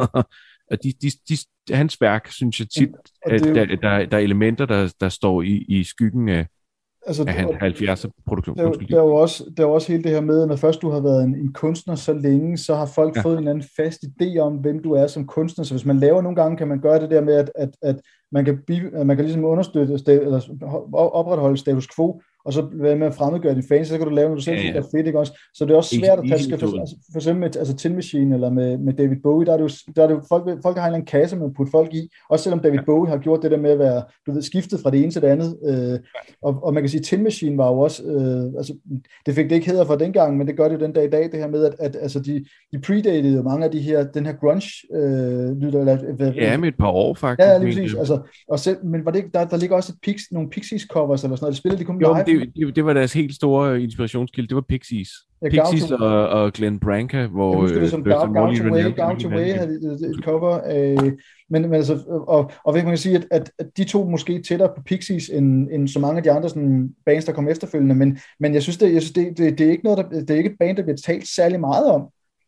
Og de, de, de, hans værk, synes jeg tit, at der, der, der er elementer, der, der står i, i skyggen af Altså, af halvfjerdser produktion. Der, der, er jo også, der er jo også hele det her med, når først du har været en, en kunstner så længe, så har folk ja. fået en eller anden fast idé om, hvem du er som kunstner. Så hvis man laver nogle gange, kan man gøre det der med, at, at, at man, kan, man kan ligesom understøtte, eller opretholde status quo, og så være med at fremmedgøre dine fans, så kan du lave noget, du selv synes, ja, ja. er fedt, ikke også? Så det er også svært at tage, skal for, altså, for eksempel med altså Tin Machine, eller med, med David Bowie, der er det jo, der er det jo folk, folk har en eller anden kasse, man putter folk i, også selvom David ja. Bowie har gjort det der med at være, du ved, skiftet fra det ene til det andet, øh, og, og man kan sige, Tin Machine var jo også, øh, altså, det fik det ikke hedder for dengang, men det gør det jo den dag i dag, det her med, at, at altså, de, de predated jo mange af de her, den her grunge, øh, lyder, eller, ja, med et par år, faktisk. Ja, lige præcis, altså, og selv, men var det, der, der ligger også et pix, nogle Pixies covers, eller sådan noget, det spiller de kun jo, live. Det, det, det var deres helt store inspirationskilde, det var Pixies. Ja, Pixies to, og, og Glenn Branca, hvor... Jeg husker det som Gouge Away, Gouge Away havde et cover af... Men, men altså, og, og man kan sige, at, at, at de to måske tættere på Pixies, end, end så mange af de andre sådan, bands, der kom efterfølgende, men, men jeg synes, det, jeg synes det, det, det, er ikke noget, der, det er ikke et band, der bliver talt særlig meget om.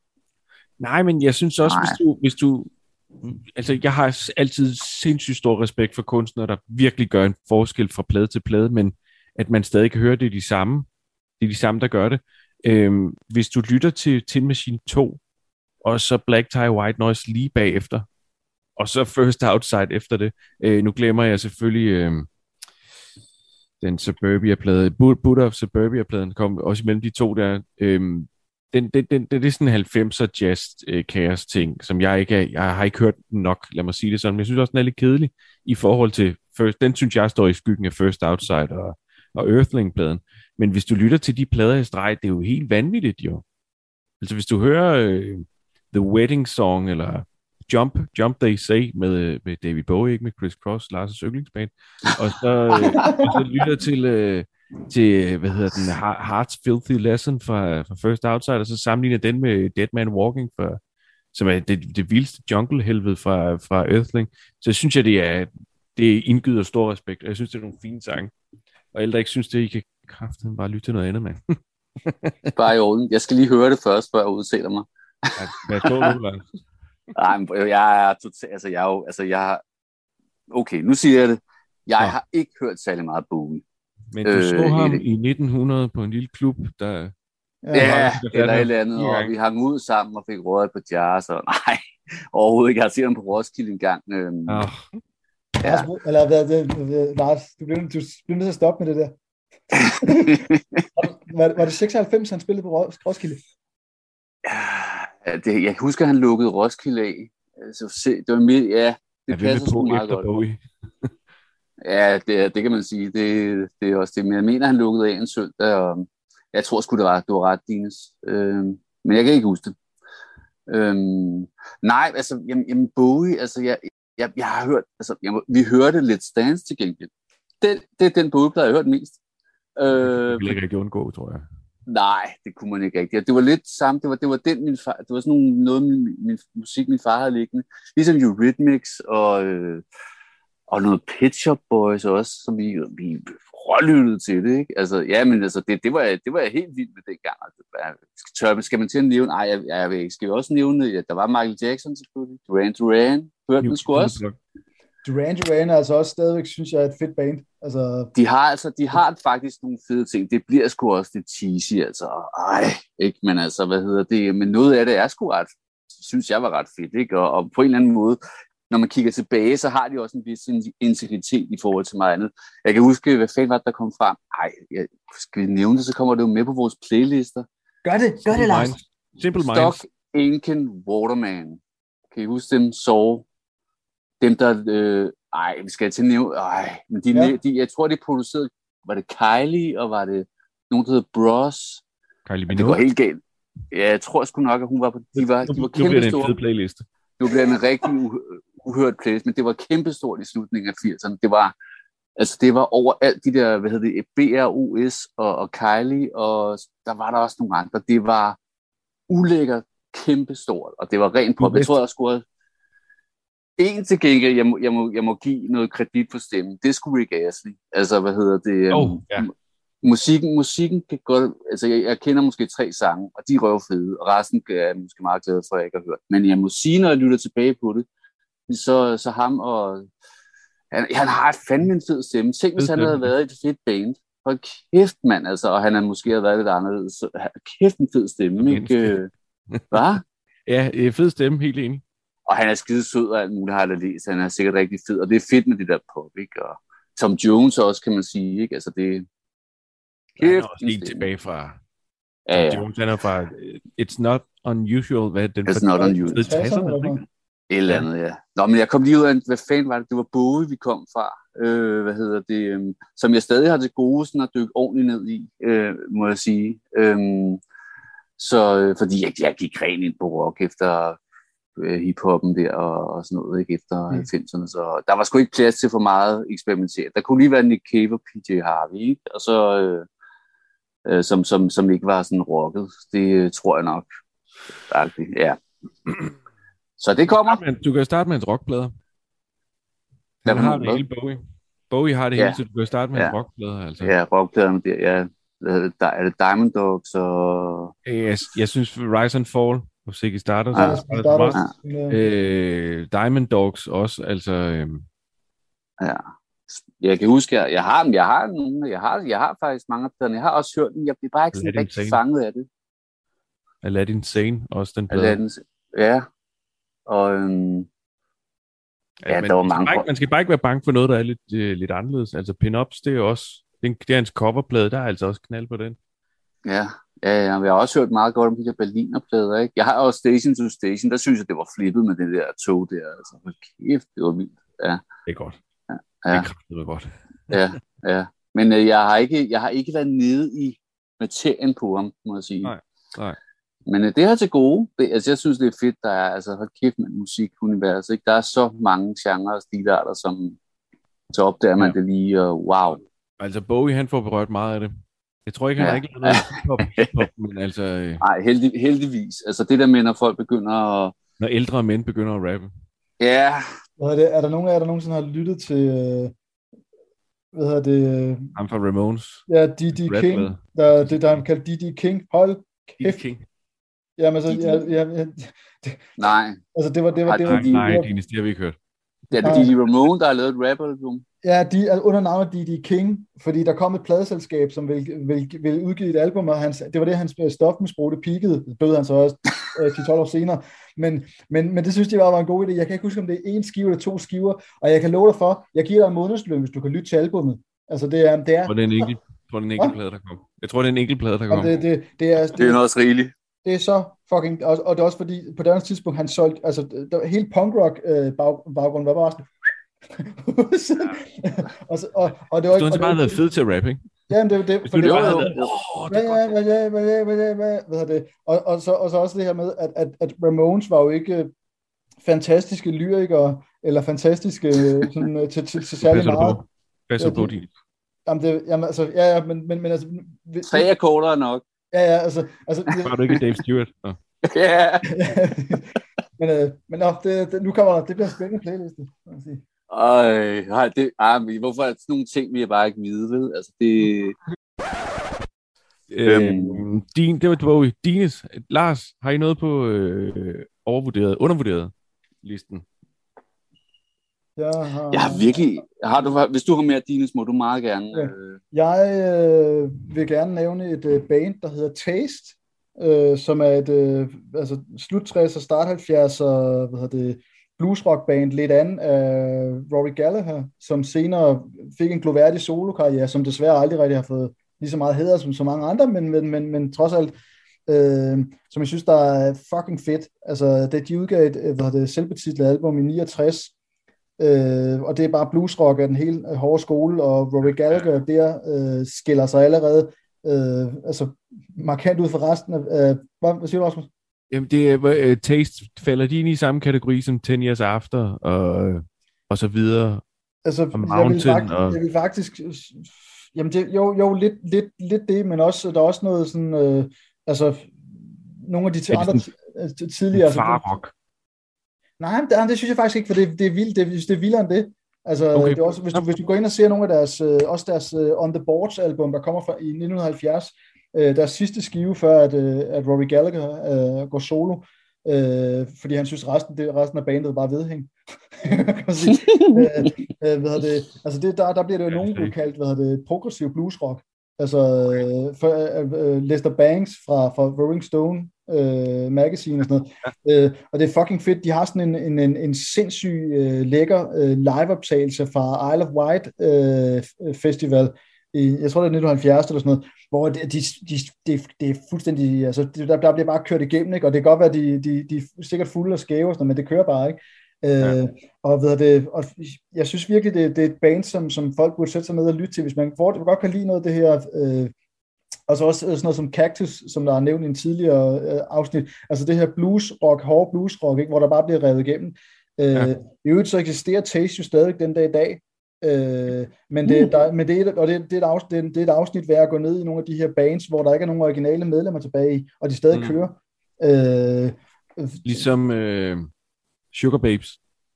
Nej, men jeg synes også, hvis du, hvis du... Altså, jeg har altid sindssygt stor respekt for kunstnere, der virkelig gør en forskel fra plade til plade, men at man stadig kan høre, det er de samme. Det er de samme, der gør det. Øhm, hvis du lytter til Tin Machine to, og så Black Tie White Noise lige bagefter, og så First Outside efter det. Øh, nu glemmer jeg selvfølgelig øh, den Suburbia-plade. Buddha of Suburbia-pladen kom også imellem de to der. Øh, den, den, den, det er sådan en halvfemser jazz-kaos-ting, som jeg ikke er, jeg har ikke hørt nok, lad mig sige det sådan, men jeg synes også, den er lidt kedelig i forhold til First. Den synes jeg står i skyggen af First Outside og, og Earthling-pladen. Men hvis du lytter til de plader i streg, det er jo helt vanvittigt jo. Altså hvis du hører øh, The Wedding Song, eller Jump, Jump They Say med, med David Bowie, ikke med Chris Cross, Lars' yndlingsband, og så, øh, og så lytter til, øh, til, hvad hedder den, Heart's Filthy Lesson fra, fra First Outside, og så sammenligner den med Dead Man Walking, for, som er det, det vildeste jungle-helvede fra, fra Earthling. Så jeg synes, at det er, det indgyder stor respekt, og jeg synes, det er nogle fine sange. Og alle, der ikke synes det, I kan kraften bare lytte til noget andet, mand. Bare i orden. Jeg skal lige høre det først, før jeg udtaler mig. Ja, hvad står du, Lars? Nej, men jeg er totalt, altså jeg er jo, altså jeg har, okay, nu siger jeg det. Jeg ja. har ikke hørt særlig meget Bowie. Men du øh, så ham i, i nitten hundrede på en lille klub, der... Ja, ja eller et eller andet, og vi hang ud sammen og fik råd på jazz, og nej, overhovedet ikke. Jeg har set ham på Roskilde en gang. Øhm, oh. Ja. Eller hvad, det, det, Lars, du bliver, du bliver nødt til at stoppe med det der. var, var det seksoghalvfems, han spillede på Roskilde? Ja, det, jeg husker, han lukkede Roskilde af. Altså, se, det var mere, ja, det passer sgu meget godt. Bowie. Ja, det, det kan man sige. Det, det er også det. Men jeg mener, han lukkede af en søndag, og jeg tror sgu, det var, det var ret, Dines. Øhm, men jeg kan ikke huske det. Øhm, nej, altså, jamen, jamen Bowie, altså, jeg, jeg, jeg har hørt, altså, jeg, vi hørte Let's Dance til gengæld. Det, det er den Bowie-plade, jeg har hørt mest. Øh, det ville ikke rigtig undgå, tror jeg. Nej, det kunne man ikke rigtig. Det var lidt samme, det var, det var den, min far, det var sådan nogle, noget min, min musik, min far havde liggende. Ligesom Eurythmics og, øh, og noget Pet Shop Boys også, som vi, vi rålyttede til det, ikke? Altså, ja, men altså, det, det, var, det var jeg helt vildt med dengang. Altså, skal man til at nævne? Ej, jeg, jeg ved ikke. Skal vi også nævne, ja, der var Michael Jackson selvfølgelig. Duran Duran. Hørte den sgu også? Duran Duran er altså også stadigvæk, synes jeg, er et fedt band. Altså... De har altså, de har faktisk nogle fede ting. Det bliver sgu også lidt cheesy, altså. Ej, ikke, men altså, hvad hedder det? Men noget af det er sgu ret, synes jeg var ret fedt, ikke? Og, og på en eller anden måde, når man kigger tilbage, så har de også en vis integritet i forhold til meget andet. Jeg kan huske, hvad fanden var det, der kom frem? Ej, jeg, skal vi nævne det, så kommer det jo med på vores playlister. Gør det, gør det, Lars. Simple Minds. Stock Aitken Waterman. Kan I huske dem? Så dem, der... Øh, ej, vi skal til nævne... Ej, men de, ja. de, jeg tror, de producerede... Var det Kylie, og var det nogen, der hed Bros? Kylie Minogue? Det var helt galt. Ja, jeg tror sgu nok, at hun var på... De var, de var kæmpe store. Nu bliver det en fed playliste. Nu bliver det en rigtig uhørt playlist, men det var kæmpestort i slutningen af firserne. Det var... Altså, det var overalt de der, hvad hedder det, B R O S og, og Kylie, og der var der også nogle andre. Det var ulækkert kæmpestort, og det var rent pop. Jeg tror, jeg skulle... En til gengæld, jeg må, jeg, må, jeg må give noget kredit for stemmen. Det skulle Rick Astley. Altså, hvad hedder det? Oh, ja. Musikken, musikken kan godt... Altså, jeg, jeg kender måske tre sange, og de er røvfede, og resten er jeg måske meget glad for, at jeg ikke har hørt. Men jeg må sige, når jeg lytter tilbage på det, så, så ham og... Han, han har et fandme en fed stemme. Tænk, hvis han havde været i et fedt band. Hold kæft, mand, altså. Og han har måske have været lidt anderledes. Så, kæft, en fed stemme, ikke? Hvad? Ja, fed stemme, helt enig. Og han er skide sød og alt muligt, har jeg da læst. Han er sikkert rigtig fed, og det er fedt med det der pop, ikke? Og Tom Jones også, kan man sige, ikke? Altså, det... Han er også helt tilbage fra... Ja, ja. Tom Jones, han er fra... It's not unusual, hvad den... It's not unusual. Et eller andet, ja. Nå, men jeg kom lige ud af, hvad fanden var det? Det var Bowie, vi kom fra. Øh, hvad hedder det? Øh, som jeg stadig har til gode sådan at dykke ordentligt ned i, øh, må jeg sige. Øh, så, øh, fordi jeg, jeg gik rent ind på rock efter øh, hiphoppen der og, og sådan noget, ikke? Efter mm. halvfemserne. Så der var sgu ikke plads til for meget eksperimenteret. Der kunne lige være Nick Cave og P J Harvey, ikke? Og så, øh, øh, som, som, som ikke var sådan rocket. Det øh, tror jeg nok. Ja. Så det kommer. Du kan starte med en rockplade. Han har det hele, Bowie. Bowie har det hele, ja. Så du kan starte med ja. en rockplade. Altså. Ja, rockpladen der, ja. Der er det Diamond Dogs og... Jeg, jeg synes Rise and Fall på Ziggy Stardust. Ja. Stardust. Ja. Øh, Diamond Dogs også, altså... Øh... Ja. Jeg kan huske, jeg, jeg har dem, jeg har nogle, jeg har, jeg har faktisk mange af dem. Jeg har også hørt dem, jeg bliver bare ikke sådan rigtig fanget af det. Aladdin Sane, også den plade. Aladdin, ja. Og øhm, ja, ja, der var mange. Man, man skal bare ikke være bange for noget, der er lidt, øh, lidt anderledes. Altså pin-ups, det er jo også, det er hans coverplade, der er altså også knald på den. Ja, ja, ja, jeg har også hørt meget godt om de der Berliner-plader, ikke? Jeg har også Station to Station, der synes jeg, det var flippet med det der tog der. Altså, kæft, det var vildt. Ja. Det er godt. Ja. Det er kraftigt godt. Ja, ja. Men øh, jeg, har ikke, jeg har ikke været nede i materien på ham, må jeg sige. Nej, nej. Men øh, det her til gode, det, altså jeg synes, det er fedt, der er, altså hold kæft med musikuniverset, ikke? Der er så mange genrer og stilarter, som så opdager man ja. det lige, og wow. Altså Bowie, han får berørt meget af det. Jeg tror ikke, han ja. har ikke lavet noget hip-hop, hip-hop, men altså... Øh... Nej, heldig, heldigvis. Altså det der med, når folk begynder at... Når ældre mænd begynder at rappe. Ja. Er, det, er der nogen af jer, der nogensinde har lyttet til... Øh... hvad hedder det? Han fra Ramones. Ja, D D King, der, det der han kaldte D D King. Hold kæft. D D King. Jamen, altså, ja, ja, ja, det, nej. Altså, det var, det var, det var, nej, det var, nej, Dennis, det har vi ikke hørt. Det er det D D Ramone, der har lavet et rap-album. Ja, de er under navnet D D King, fordi der kom et pladeselskab, som ville, ville, ville udgive et album, og hans, det var det, hans stofmisbrug, det peakede. Døde han så også øh, ti tolv år senere. Men, men, men det synes jeg var, var en god idé. Jeg kan ikke huske, om det er én skive eller to skiver, og jeg kan love dig for, jeg giver dig en månedsløn, hvis du kan lytte til albummet. Altså, det er... Det er, jeg tror, det er en enkelt, tror, det er en enkelt plade, der kom. Jeg tror, det er en enkelt plade, der kom. Det, det, det, er, det, det er noget også rigeligt. Det er så fucking... Og, og det er også fordi, på det andet tidspunkt, han solgte... Altså, der, hele punkrock øh, bag, baggrunden var bare sådan... og, så, og, og det var ikke... Du har bare været fed til at rap, ikke? Ja, men det var det. Hvis du det bare havde været... Og, og, så, og så også det her med, at, at, at Ramones var jo ikke fantastiske lyrikere, eller fantastiske sådan, til, til, til særlig meget. Passer på din. Jamen, det, jamen, altså, ja, ja, men, men, men altså... Tre akkorder er nok. Ja, ja, altså... altså var du ikke Dave Stewart? Ja. men øh, men nå, det, det, nu kommer der... Det bliver en spændende playliste, må jeg sige. Ej, det, ej, men hvorfor er det sådan nogle ting, vi er bare ikke vide, ved? Altså, det... øhm, din, det var Bowie. Dines. Lars, har I noget på øh, overvurderet, undervurderet listen? Jeg har... Jeg har virkelig... Har du, hvis du har mere Dines, må du meget gerne... Ja. Øh... Jeg øh, vil gerne nævne et øh, band, der hedder Taste, øh, som er et øh, altså, slut tresserne, start halvfjerdserne, hvad hedder det... bluesrock-band lidt an af Rory Gallagher, som senere fik en gloværdig solokarriere, som desværre aldrig rigtig har fået lige så meget hæder som så mange andre, men, men, men, men trods alt, øh, som jeg synes, der er fucking fedt. Altså, det, de udgav et, hvad det, selvbetitlet album i niogtres, øh, og det er bare bluesrock af den hele hårde skole, og Rory Gallagher der øh, skiller sig allerede øh, altså markant ud for resten af... Øh, hvad, hvad siger du, Rasmus? Jamen, det er, uh, Taste, falder de ind i samme kategori som ten Years After, og, og så videre? Altså, jeg vil, faktisk, og... jeg vil faktisk, jamen det, jo, jo lidt, lidt, lidt det, men også, der er også noget sådan, øh, altså, nogle af de t- andre t- tidligere... Farrock? Nej, det, det synes jeg faktisk ikke, for det, det er vildt, det, det er vildere end det. Altså, okay. Det er også, hvis, du, hvis du går ind og ser nogle af deres, øh, også deres uh, On The Boards album, der kommer fra i nitten halvfjerds, øh, deres sidste skive, før at, øh, at Rory Gallagher øh, går solo, øh, fordi han synes, resten, det, resten af bandet bare vedhæng. øh, øh, hvad det, altså det, der, der bliver det jo nogen kaldt, hvad det, progressiv bluesrock. Altså øh, for, øh, Lester Bangs fra, fra Rolling Stone øh, magazine og sådan noget. Øh, og det er fucking fedt. De har sådan en, en, en, en sindssyg øh, lækker øh, liveoptagelse fra Isle of Wight øh, festival i, jeg tror det er nitten halvfjerds eller sådan noget, hvor det, de, de, de, det er fuldstændig, altså der, der bliver bare kørt igennem, ikke? Og det kan godt være, at de, de, de er sikkert fulde og skæve og sådan noget, men det kører bare, ikke? Ja. Øh, og, ved det, og jeg synes virkelig, det, det er et band, som, som folk burde sætte sig ned og lytte til, hvis man får, godt kan lide noget af det her, øh, og så også sådan noget som Cactus, som der er nævnt i en tidligere øh, afsnit, altså det her bluesrock, hård bluesrock, ikke? Hvor der bare bliver revet igennem. Øh, ja. I øvrigt så eksisterer Taste jo stadig den dag i dag, øh, men, det, der, men det, og det, det, er et afsnit, det er et afsnit værd at gå ned i nogle af de her bands, hvor der ikke er nogen originale medlemmer tilbage i, og de stadig mm. kører. Øh, ligesom øh, Sugar Babes.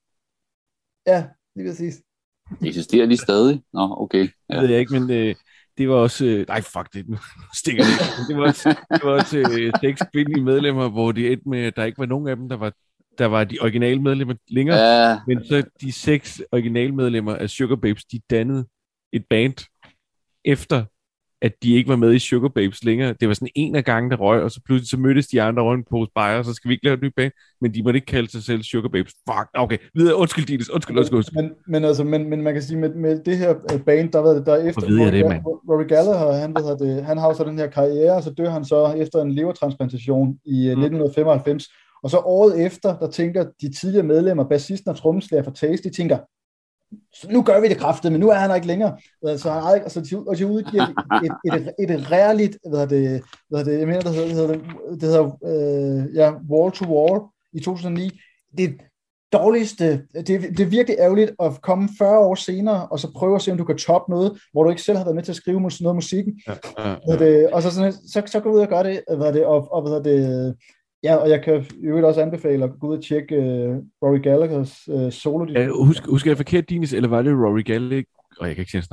Ja, lige præcis. Eksisterer de stadig? Nå, okay. Ja. Det ved jeg ikke, men øh, det var også... Øh, nej, fuck det, nu stikker det ikke. Det var også, det var også øh, seks kvindelige medlemmer, hvor det endte med, at der ikke var nogen af dem, der var, der var de originale medlemmer længere. Ja. Men så de seks originale medlemmer af Sugar Babes, de dannede et band efter, at de ikke var med i Sugar Babes længere. Det var sådan en af gangen, der røg, og så pludselig så mødtes de andre rundt på Spire, og så skal vi ikke lave et nyt band, men de måtte ikke kalde sig selv Sugar Babes. Fuck, okay, videre, undskyld, Dittes, undskyld, undskyld, undskyld. Men, men, altså, men, men man kan sige, med, med det her band, der var det der efter, Rory, det, Rory Gallagher, han, det, han har jo så den her karriere, og så dør han så efter en levertransplantation i mm. nitten femoghalvfems, og så året efter, der tænker de tidligere medlemmer, bassisten og trommeslager for Taste, de tænker, så nu gør vi det kraftigt, men nu er han ikke længere. Så han aldrig, altså, de, og de udgiver et, et, et, et rærligt, hvad det, hvad det, jeg mener, det hedder, det hedder, det hedder øh, ja, Wall to Wall i to tusind og ni. Det dårligste, det, det er virkelig ærgerligt at komme fyrre år senere, og så prøve at se, om du kan toppe noget, hvor du ikke selv har været med til at skrive noget af musikken. Ja, ja, ja. Det, og så, sådan, så, så går du ud og gør det, hvad det, og, og hvad det, ja, og jeg kan jo også anbefale at gå ud og tjekke uh, Rory Gallaghers uh, solo. Ja, husk, husk jeg forkert, Dinis, eller var det Rory Gallagher? Og oh, jeg kan ikke sige hans navn.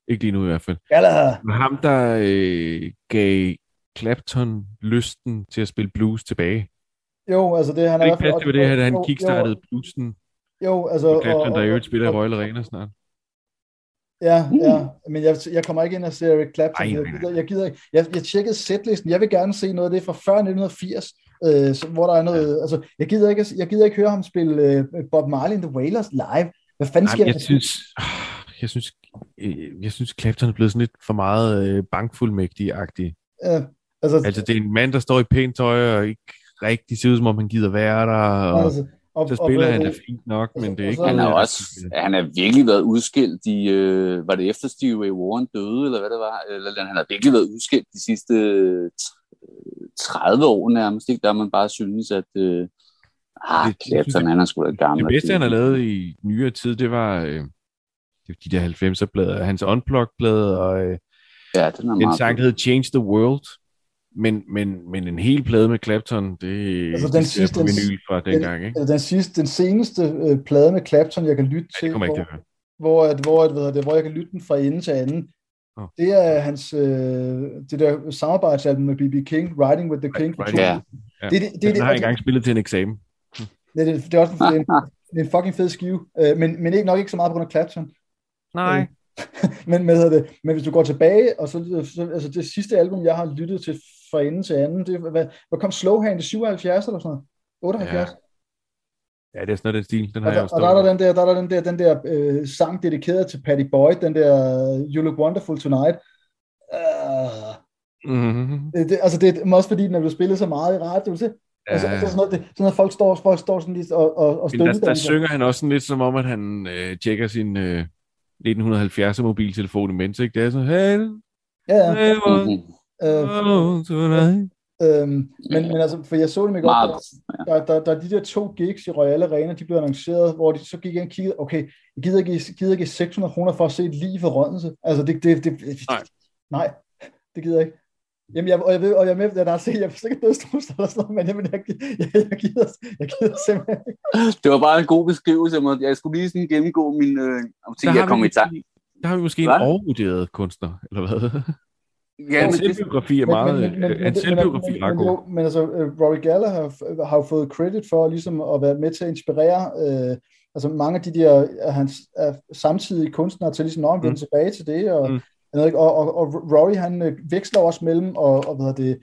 Ikke lige nu i hvert fald. Gallagher. Men ham, der øh, gav Clapton lysten til at spille blues tilbage. Jo, altså det han er i hvert fald... Det var det, at han jo, kickstartede jo, bluesen. Jo, altså... Og Clapton, og, der i og, øvrigt spiller i og, Royal Arena snart. Ja, ja, men jeg, jeg kommer ikke ind og ser Eric Clapton. Ej, nej, nej. Jeg, gider, jeg, gider ikke. Jeg, jeg tjekkede setlisten. Jeg vil gerne se noget af det fra før nitten firs, øh, så, hvor der er noget... Ja. Altså, jeg gider, ikke, jeg gider ikke høre ham spille øh, Bob Marley and the Wailers live. Hvad fanden sker jeg der? Synes, jeg synes, jeg synes, Clapton er blevet sådan lidt for meget øh, bankfuldmægtig-agtig. Ja, altså, altså, det er en mand, der står i pænt tøj og ikke rigtig ser ud, som om han gider være der. Og... Altså, Og, så spiller og, han da det, fint nok, men det er ikke... Han har også, han har virkelig været udskilt i, øh, var det efter Stevie Ray Vaughan døde, eller hvad det var? Eller, han har virkelig været udskilt de sidste tredive år nærmest, ikke? Der man bare synes, at øh, ah, Clapton, han er sgu da gammel. Det bedste, han har lavet i nyere tid, det var øh, de der halvfemser-plader, hans Unplugged-plade, og øh, ja, den, er en sang, der hedder Change the World. Men, men, men en hel plade med Clapton, det, altså, den det sidste, på vinyl fra dengang, ikke? Den, sidste, den seneste øh, plade med Clapton, jeg kan lytte ja, til, hvor, ikke hvor, at, hvor, at, hvad det, hvor jeg kan lytte den fra ende til anden. Oh. Det er hans øh, det der samarbejdsalbum med B B King, Riding with the King. Right, right, yeah. Ja. Det, det, det, den har jeg engang spillet til en eksamen. Det, det, det er også en, en, en fucking fed skive, øh, men, men ikke nok ikke så meget på grund af Clapton. Nej. Øh, men, med det, men hvis du går tilbage, og så, så altså det sidste album, jeg har lyttet til fra ende til anden, det hvad, hvad kom Slowhand i syvoghalvfjerds eller sådan noget? otteoghalvfjerds? Ja, ja det er sådan noget den stil, den har og jeg også. Og der er der den der, der, er der, den der, den der øh, sang dedikeret til Patty Boyd, den der You Look Wonderful Tonight. Uh, mm-hmm. det, det, altså det er også fordi, når du spiller så meget i radio, så, ja. altså, altså sådan, noget, det, sådan noget, folk står, folk står sådan lidt og, og, og støtter. Der, der synger han også sådan lidt som om, at han øh, tjekker sin øh, nitten halvfjerds mobiltelefon imens, ikke? Det er sådan, hey, ja, ja. Mm-hmm. Uh, tonight. Øhm, men, men altså, for jeg så det mig godt, der, der, der, der er de der to gigs i Royal Arena, de blev annonceret, hvor de så gik ind og kiggede, okay, jeg gider ikke, gider ikke seks hundrede kroner for at se et liv for Rønnelse. Altså, det, det, det, nej. nej, det gider jeg ikke. Jamen, jeg, og, jeg ved, og jeg er med, at der er set, jeg er sikkert dødstrusler eller sådan noget, men jamen, jeg, jeg, jeg, gider, jeg gider simpelthen ikke. Det var bare en god beskrivelse, men jeg skulle lige sådan gennemgå min øh, ting, jeg kom i tanke. Der har vi måske Hva? en overvurderet kunstner, eller hvad? Ja, hans selvbiografi er meget... Men, men, hans selvbiografi er ret god. Men, men altså, Rory Gallagher har, har fået credit for ligesom at være med til at inspirere øh, altså mange af de der hans uh, samtidige kunstnere til ligesom at vende mm. tilbage til det. Og, mm. og, og, og Rory, han øh, veksler også mellem og, og hvad hedder det,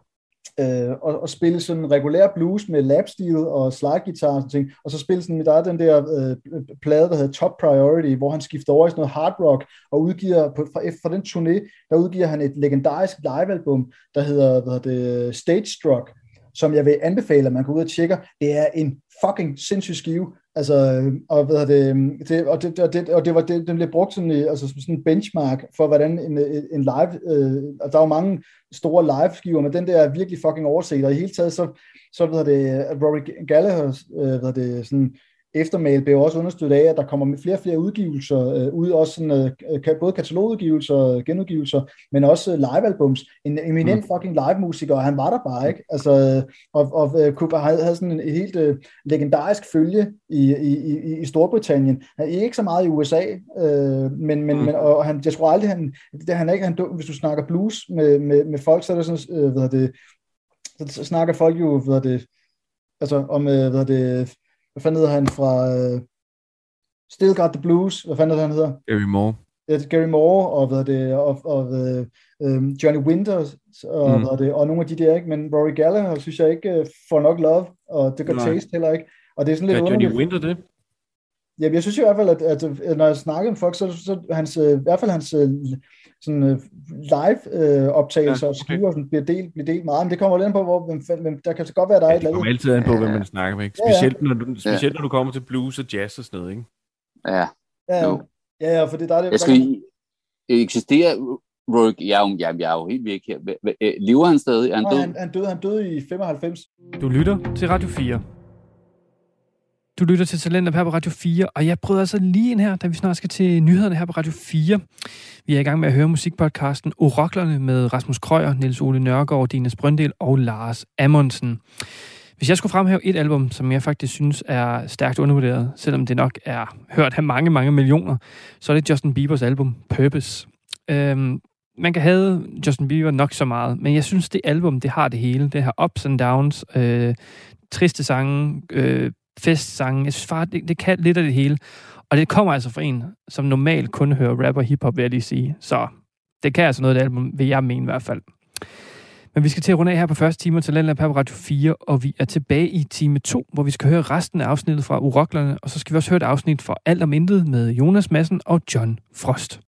øh, og, og spille sådan regulær blues med lapsteel og slide-guitar og sådan ting, og så spille sådan, der er den der øh, plade, der hedder Top Priority, hvor han skifter over i sådan noget hard rock, og udgiver, på, fra, fra den turné, der udgiver han et legendarisk livealbum, der hedder, hvad hedder det, Stage Struck, som jeg vil anbefale, at man går ud og tjekker. Det er en fucking sindssyg skive. Altså, og hvad det, det, og det, og det, og det var det, den blev brugt sådan, altså som sådan en benchmark for hvordan en, en live, øh, og der er jo mange store live skiver, men den der er virkelig fucking overset, og i hele taget så, så ved det, Rory Gallagher, øh, hvad det, sådan eftermæl blev også understøttet af, at der kommer flere og flere udgivelser øh, ud, også sådan, øh, både katalogudgivelser, genudgivelser, men også øh, livealbums. En eminent mm. fucking live-musiker, og han var der bare, ikke? Altså, og, og øh, Cooper havde, havde sådan en helt øh, legendarisk følge i, i, i, i Storbritannien. Han, ikke så meget i U S A, øh, men, men, mm. men og han, jeg tror aldrig, han, det, han ikke, han, hvis du snakker blues med, med, med folk, så er det sådan, øh, hvad det, så snakker folk jo, hvad det, altså om, øh, hvad det, hvad fanden hedder han fra uh, Still Got the Blues? Hvad fanden hedder han hedder? Gary Moore. Ja, Gary Moore og hvad det og, og uh, um, Johnny Winter og mm. hvad det og nogle af de der, ikke, men Rory Gallagher synes jeg ikke uh, får nok love, og det gør Nej. Taste heller ikke. Og det er sådan lidt ja, underligt. Johnny Winter det? Ja, jeg synes jo i hvert fald at, at, at når jeg snakker med folk, så så hans i hvert fald hans sådan uh, live uh, optagelser ja, okay. og skiver sådan, bliver delt bliver delt meget, men det kommer lidt an på hvor hvem, hvem, der kan så godt være der er ja, et eller andet. Det kommer altid an på hvem man snakker med, ikke? Specielt ja, ja. når du specielt ja. når du kommer til blues og jazz og sådan noget, ikke? Ja. Ja, jo. ja, ja, for det der er det. Jeg skal der... eksistere Rory, jeg er jo jeg, jeg er jo helt væk her. Lever han stadig? Er han død? Han, han døde han døde i femoghalvfems. Du lytter til Radio fire. Du lytter til Talentlab her på Radio fire, og jeg prøver altså lige ind her, da vi snart skal til nyhederne her på Radio fire. Vi er i gang med at høre musikpodcasten Oroklerne med Rasmus Krøyer, Niels Ole Nørgaard, Dines Brøndel og Lars Amundsen. Hvis jeg skulle fremhæve et album, som jeg faktisk synes er stærkt undervurderet, selvom det nok er hørt af mange, mange millioner, så er det Justin Biebers album Purpose. Øhm, man kan have Justin Bieber nok så meget, men jeg synes, det album, det har det hele. Det har ups and downs, øh, triste sange, øh, festsange. Jeg synes faktisk, det, det kan lidt af det hele. Og det kommer altså fra en, som normalt kun hører rap og hiphop, vil jeg lige sige. Så det kan altså noget af det album, vil jeg mene i hvert fald. Men vi skal til at runde af her på første time til Talentlab her på Radio fire, og vi er tilbage i time to, hvor vi skal høre resten af afsnittet fra Uroklerne, og så skal vi også høre et afsnit for Alt om Intet med Jonas Madsen og John Frost.